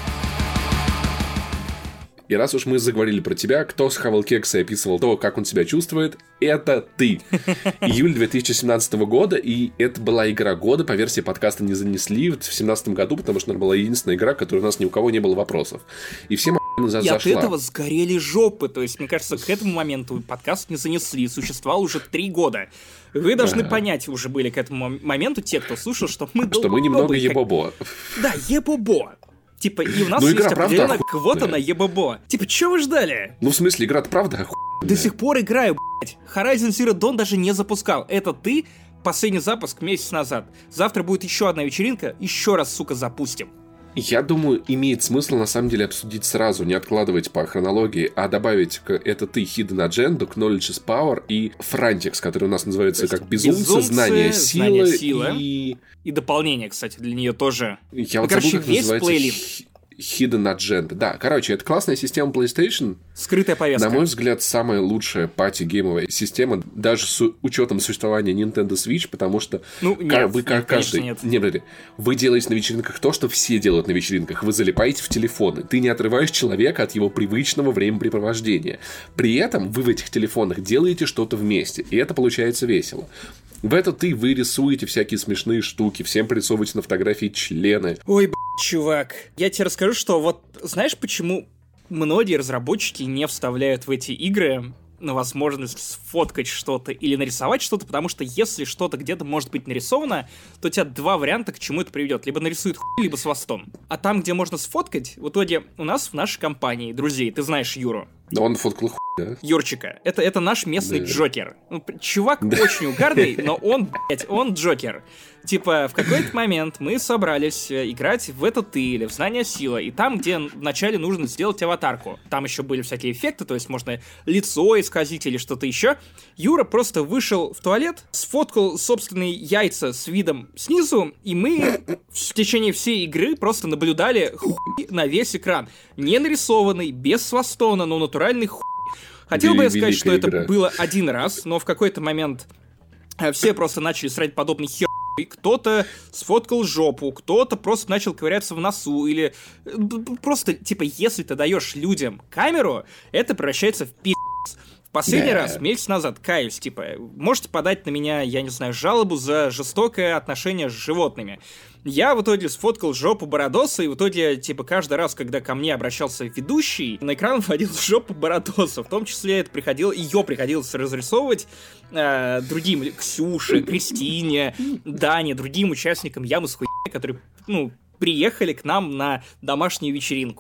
И раз уж мы заговорили про тебя, кто схавал кекса и описывал то, как он себя чувствует, это ты. Июль две тысячи семнадцатого года, и это была игра года, по версии подкаста не занесли в две тысячи семнадцатом году, потому что это была единственная игра, которой у нас ни у кого не было вопросов. И всем за- и зашла. от этого сгорели жопы, то есть, мне кажется, к этому моменту подкаст не занесли, существовал уже три года. Вы должны ага. понять уже были к этому моменту, те, кто слушал, что мы... Что мы немного как... ебобо. Да, ебобо. Типа, и у нас ну, есть определенно охуенная. Квота на ебобо. Типа, чё вы ждали? Ну, в смысле, игра-то правда охуенная. До сих пор играю, блядь. Horizon Zero Dawn даже не запускал. Это ты, последний запуск месяц назад. Завтра будет еще одна вечеринка, еще раз, сука, запустим. Я думаю, имеет смысл на самом деле обсудить сразу, не откладывать по хронологии, а добавить к «Это ты» Hidden Agenda, Knowledge is Power и Frantics, который у нас называется как «Безумцы», безумцы «Знание силы», знание силы и... И дополнение, кстати, для нее тоже. Я ну, вот короче, забыл, как весь называется. плейлист. Hidden Agenda. Да, короче, это классная система PlayStation. Скрытая повестка. На мой взгляд, самая лучшая пати-геймовая система, даже с учетом существования Nintendo Switch, потому что ну, нет, вы как каждый... Нет. Не, подожди. Вы делаете на вечеринках то, что все делают на вечеринках. Вы залипаете в телефоны. Ты не отрываешь человека от его привычного времяпрепровождения. При этом вы в этих телефонах делаете что-то вместе. И это получается весело. В это ты вы рисуете всякие смешные штуки, всем пририсовываете на фотографии члены. Ой, б***ь, чувак. Я тебе расскажу, что вот знаешь, почему многие разработчики не вставляют в эти игры на возможность сфоткать что-то или нарисовать что-то, потому что если что-то где-то может быть нарисовано, то у тебя два варианта, к чему это приведет. Либо нарисует хуй, либо с хвостом. А там, где можно сфоткать, в итоге у нас в нашей компании друзей, ты знаешь Юру. Да он фоткал хуй, да? Юрчика. Это, это наш местный да. Джокер. Ну, чувак да. очень угарный, но он, блядь, он Джокер. Типа, в какой-то момент мы собрались играть в «Это ты» или в «Знание сила», и там, где вначале нужно сделать аватарку. Там еще были всякие эффекты, то есть можно лицо исказить или что-то еще. Юра просто вышел в туалет, сфоткал собственные яйца с видом снизу, и мы в течение всей игры просто наблюдали хуй на весь экран. Не нарисованный, без свастона, но натуральный хуй. Хотел бы я сказать, что игра. Это было один раз, но в какой-то момент все просто начали срать подобный хер. И кто-то сфоткал жопу, кто-то просто начал ковыряться в носу, или просто, типа, если ты даешь людям камеру, это превращается в пи***ц. В последний yeah. раз, месяц назад, каюсь, типа, можете подать на меня, я не знаю, жалобу за жестокое отношение с животными. Я в итоге сфоткал жопу Бородоса, и в итоге, типа, каждый раз, когда ко мне обращался ведущий, на экран вводил жопу Бородоса. В том числе это приходило, ее приходилось разрисовывать э, другим, Ксюше, Кристине, Дане, другим участникам Ямы с хуйней, которые, ну, приехали к нам на домашнюю вечеринку.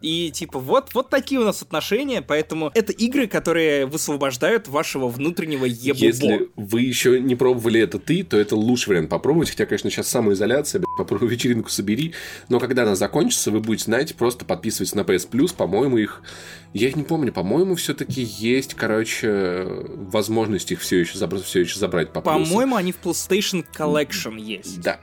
И типа вот, вот такие у нас отношения, поэтому это игры, которые высвобождают вашего внутреннего ебубо. Если вы еще не пробовали это ты, то это лучший вариант попробовать. Хотя, конечно, сейчас самоизоляция, блядь, попробуй вечеринку собери. Но когда она закончится, вы будете, знаете, просто подписывайтесь на пи эс Plus. По-моему, их... Я их не помню. По-моему, все-таки есть, короче, возможность их все еще забрать, все еще забрать по плюсу. По-моему, они в PlayStation Collection есть. Да.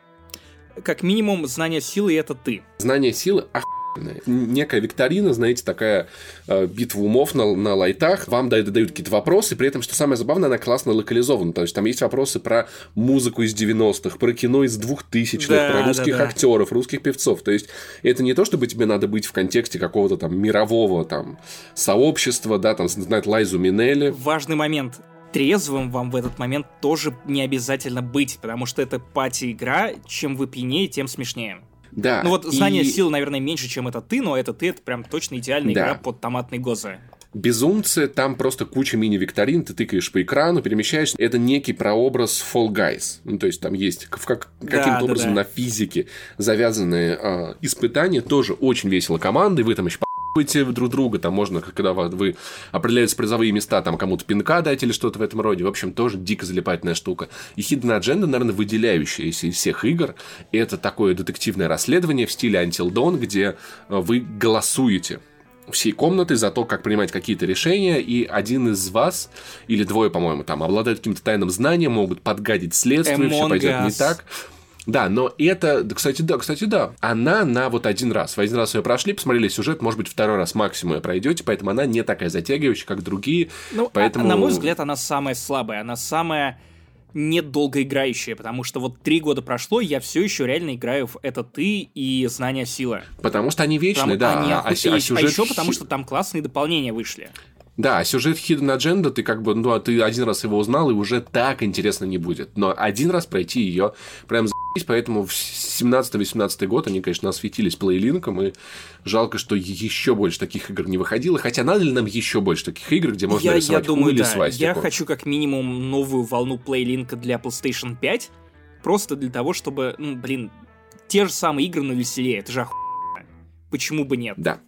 Как минимум, знание силы — это ты. Знание силы охуенное. Некая викторина, знаете, такая э, битва умов на, на лайтах. Вам дают, дают какие-то вопросы, при этом, что самое забавное, она классно локализована. То есть там есть вопросы про музыку из девяностых, про кино из двухтысячных, да, про русских да, да. актеров, русских певцов. То есть это не то, чтобы тебе надо быть в контексте какого-то там мирового там сообщества, да, там знать Лайзу Минелли. Важный момент. Трезвым вам в этот момент тоже не обязательно быть, потому что это пати-игра, чем вы пьянее, тем смешнее. Да. Ну вот знание и... сил, наверное, меньше, чем это ты, но это ты, это прям точно идеальная да. игра под томатные гозы. Безумцы, там просто куча мини-викторин, ты тыкаешь по экрану, перемещаешься. Это некий прообраз Fall Guys. Ну, то есть, там есть как, как, да, каким-то да, образом да. на физике завязанные э, испытания. Тоже очень весело команды, вы там еще по***ете друг друга. Там можно, когда вы определяются призовые места, там кому-то пинка дать или что-то в этом роде. В общем, тоже дико залипательная штука. И Hidden Agenda, наверное, выделяющаяся из всех игр. Это такое детективное расследование в стиле Until Dawn, где вы голосуете всей комнаты за то, как принимать какие-то решения, и один из вас, или двое, по-моему, там, обладают каким-то тайным знанием, могут подгадить следствие, все пойдет не так. Да, но это, кстати, да, кстати, да, она на вот один раз. В один раз ее прошли, посмотрели сюжет, может быть, второй раз максимум ее пройдете, поэтому она не такая затягивающая, как другие. Ну, поэтому... а, на мой взгляд, она самая слабая, она самая недолгоиграющая, потому что вот три года прошло, я все еще реально играю в «Это ты» и «Знание силы». Потому что они вечные, да. Они а, оху... а, а, сюжет... а еще потому, что там классные дополнения вышли. Да, сюжет Hidden Agenda, ты как бы, ну, ты один раз его узнал, и уже так интересно не будет. Но один раз пройти ее прям за***ись, поэтому в семнадцатый-восемнадцатый год они, конечно, осветились плейлинком, и жалко, что еще больше таких игр не выходило. Хотя надо ли нам еще больше таких игр, где можно я, рисовать я думаю, хуй или да. свастику? Я хочу как минимум новую волну плейлинка для PlayStation пять, просто для того, чтобы, ну, блин, те же самые игры, но веселее. Это же охуенно. Почему бы нет? Да.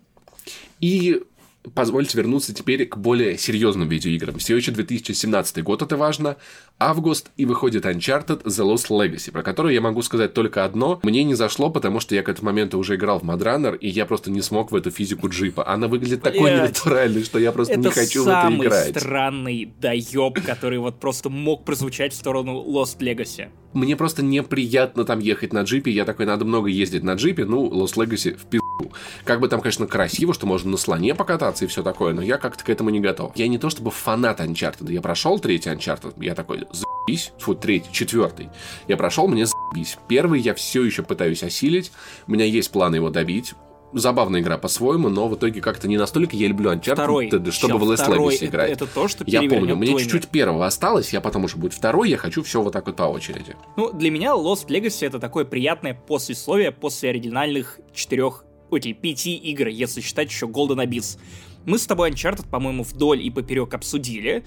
И... позвольте вернуться теперь к более серьезным видеоиграм. Все еще две тысячи семнадцатый год, это важно. Август, и выходит Uncharted The Lost Legacy, про которую я могу сказать только одно. Мне не зашло, потому что я к этому моменту уже играл в Mad Runner, и я просто не смог в эту физику джипа. Она выглядит Блядь. такой ненатуральной, что я просто это не хочу в это играть. Это самый странный доеб, который вот просто мог прозвучать в сторону Lost Legacy. Мне просто неприятно там ехать на джипе. Я такой, надо много ездить на джипе. Ну, Lost Legacy в пизду. Как бы там, конечно, красиво, что можно на слоне покататься и все такое, но я как-то к этому не готов. Я не то чтобы фанат Uncharted. Я прошел третий Uncharted, я такой, заебись. Фу, третий, четвертый. Я прошел, мне заебись. Первый я все еще пытаюсь осилить. У меня есть планы его добить. Забавная игра по-своему, но в итоге как-то не настолько я люблю Uncharted, второй, чтобы в Lost Legacy играть. Это, это то, что я помню, мне твой чуть-чуть мир. первого осталось, я потом уже будет второй, я хочу все вот так вот по очереди. Ну, для меня Lost Legacy это такое приятное послесловие после оригинальных четырех, окей, пяти игр, если считать еще Golden Abyss. Мы с тобой Uncharted, по-моему, вдоль и поперек обсудили.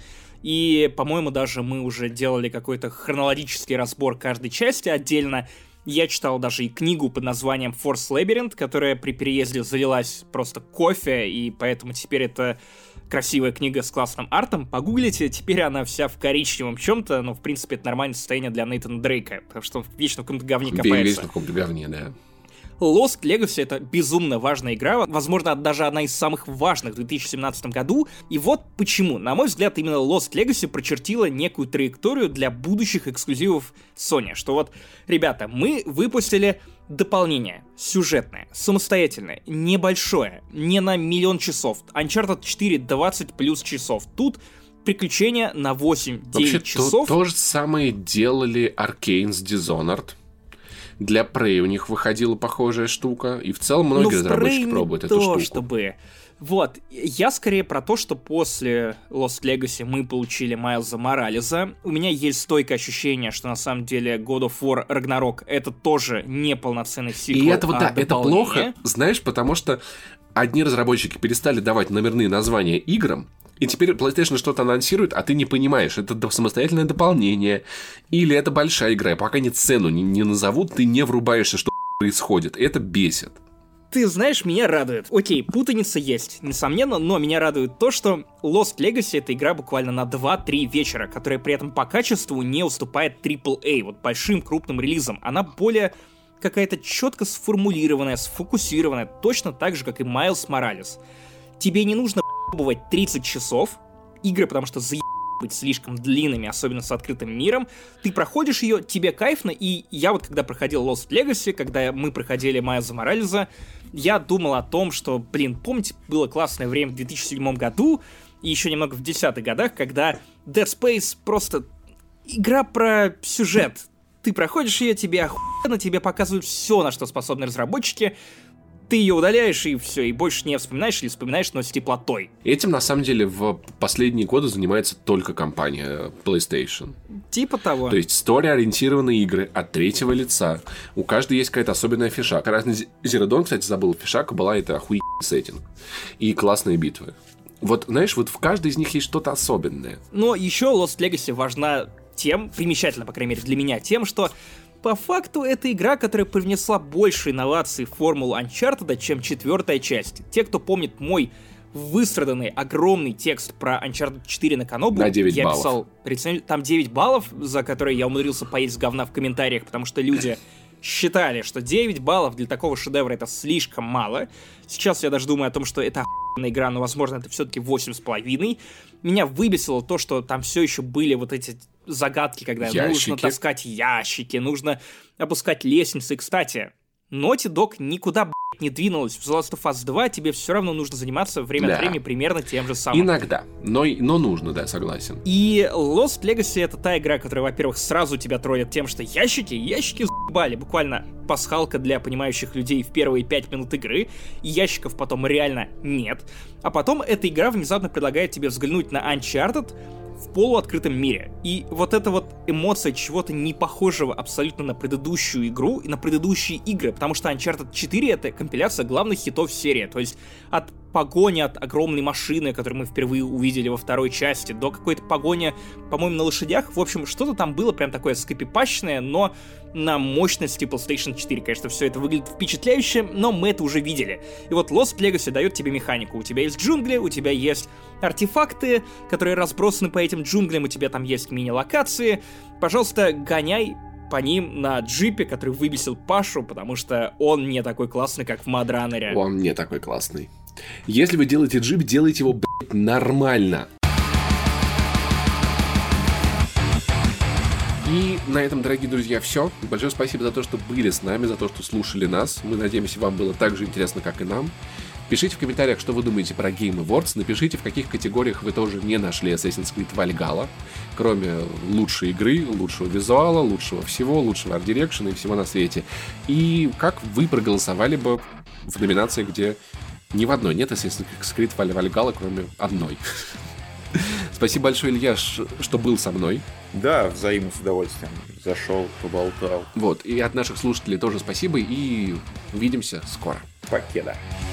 И, по-моему, даже мы уже делали какой-то хронологический разбор каждой части отдельно. Я читал даже и книгу под названием Force Labyrinth, которая при переезде залилась просто кофе, и поэтому теперь это красивая книга с классным артом. Погуглите, теперь она вся в коричневом чем-то, но, в принципе, это нормальное состояние для Нейтана Дрейка, потому что он вечно в каком-то говне копается. Вечно в каком-то говне, да. Lost Legacy — это безумно важная игра, возможно, даже одна из самых важных в две тысячи семнадцатом году. И вот почему. На мой взгляд, именно Lost Legacy прочертила некую траекторию для будущих эксклюзивов Sony. Что вот, ребята, мы выпустили дополнение сюжетное, самостоятельное, небольшое, не на миллион часов. Uncharted четыре двадцать плюс часов. Тут приключения на восемь-девять часов. То, то же самое делали Arkane с Dishonored. Для Prey у них выходила похожая штука, и в целом многие разработчики пробуют эту штуку. Чтобы... Вот, я скорее про то, что после Lost Legacy мы получили Майлза Моралеса. У меня есть стойкое ощущение, что на самом деле God of War Ragnarok — это тоже не полноценный сиквел, И это вот, а да, это дополнение. плохо, знаешь, потому что одни разработчики перестали давать номерные названия играм, и теперь PlayStation что-то анонсирует, а ты не понимаешь, это самостоятельное дополнение, или это большая игра, и пока они цену не, не назовут, ты не врубаешься, что происходит. Это бесит. Ты знаешь, меня радует. Окей, путаница есть, несомненно, но меня радует то, что Lost Legacy — это игра буквально на два-три вечера, которая при этом по качеству не уступает трипл эй, вот большим крупным релизам. Она более какая-то четко сформулированная, сфокусированная, точно так же, как и Майлз Моралес. Тебе не нужно бывать тридцать часов игры, потому что заеб быть слишком длинными, особенно с открытым миром. Ты проходишь ее, тебе кайфно, и я вот когда проходил Lost Legacy, когда мы проходили Майлза Моралеса, я думал о том, что, блин, помните, было классное время в две тысячи седьмом году и еще немного в десятых годах, когда Dead Space просто игра про сюжет. Ты проходишь ее, тебе охуенно, тебе показывают все, на что способны разработчики, ты ее удаляешь и все, и больше не вспоминаешь или вспоминаешь, но с теплотой. Этим, на самом деле, в последние годы занимается только компания PlayStation. Типа того. То есть, story-ориентированные игры от третьего лица. У каждой есть какая-то особенная фишака. Раз Zero Dawn, кстати, забыл, фишака была это охуенный сеттинг. И классные битвы. Вот, знаешь, вот в каждой из них есть что-то особенное. Но еще Lost Legacy важна тем, примечательно, по крайней мере, для меня, тем, что по факту это игра, которая привнесла больше инноваций в формулу Uncharted, чем четвертая часть. Те, кто помнит мой выстраданный огромный текст про Uncharted четыре на Канобу, на девять я баллов. писал, представляете, там девять баллов, за которые я умудрился поесть с говна в комментариях, потому что люди считали, что девять баллов для такого шедевра это слишком мало. Сейчас я даже думаю о том, что это охуенная игра, но, возможно, это все-таки восемь с половиной. Меня выбесило то, что там все еще были вот эти загадки, когда ящики. Нужно таскать ящики, нужно опускать лестницы. И, кстати, Naughty Dog никуда, блядь, не двинулась. В The Last of Us два тебе все равно нужно заниматься время да. от времени примерно тем же самым. Иногда, но, но нужно, да, согласен. И Lost Legacy — это та игра, которая, во-первых, сразу тебя троллит тем, что ящики, ящики заебали. Буквально пасхалка для понимающих людей в первые пять минут игры, и ящиков потом реально нет. А потом эта игра внезапно предлагает тебе взглянуть на Uncharted в полуоткрытом мире. И вот эта вот эмоция чего-то не похожего абсолютно на предыдущую игру и на предыдущие игры, потому что Uncharted четыре — это компиляция главных хитов серии, то есть от погони от огромной машины, которую мы впервые увидели во второй части, до какой-то погони, по-моему, на лошадях. В общем, что-то там было прям такое скопипащенное, но на мощности PlayStation четыре. Конечно, все это выглядит впечатляюще, но мы это уже видели. И вот Lost Legacy дает тебе механику. У тебя есть джунгли, у тебя есть артефакты, которые разбросаны по этим джунглям, у тебя там есть мини-локации. Пожалуйста, гоняй по ним на джипе, который выбесил Пашу, потому что он не такой классный, как в Мадранере. Он не такой классный. Если вы делаете джип, делайте его, блядь, нормально. И на этом, дорогие друзья, все. Большое спасибо за то, что были с нами, за то, что слушали нас. Мы надеемся, вам было так же интересно, как и нам. Пишите в комментариях, что вы думаете про Game Awards. Напишите, в каких категориях вы тоже не нашли Assassin's Creed Valhalla. Кроме лучшей игры, лучшего визуала, лучшего всего, лучшего арт-дирекшена и всего на свете. И как вы проголосовали бы в номинации, где ни в одной нет Assassin's Creed Valhalla, кроме одной. Спасибо большое, Илья, что был со мной. Да, взаимно с удовольствием. Зашел, поболтал. Вот, и от наших слушателей тоже спасибо, и увидимся скоро. Покеда.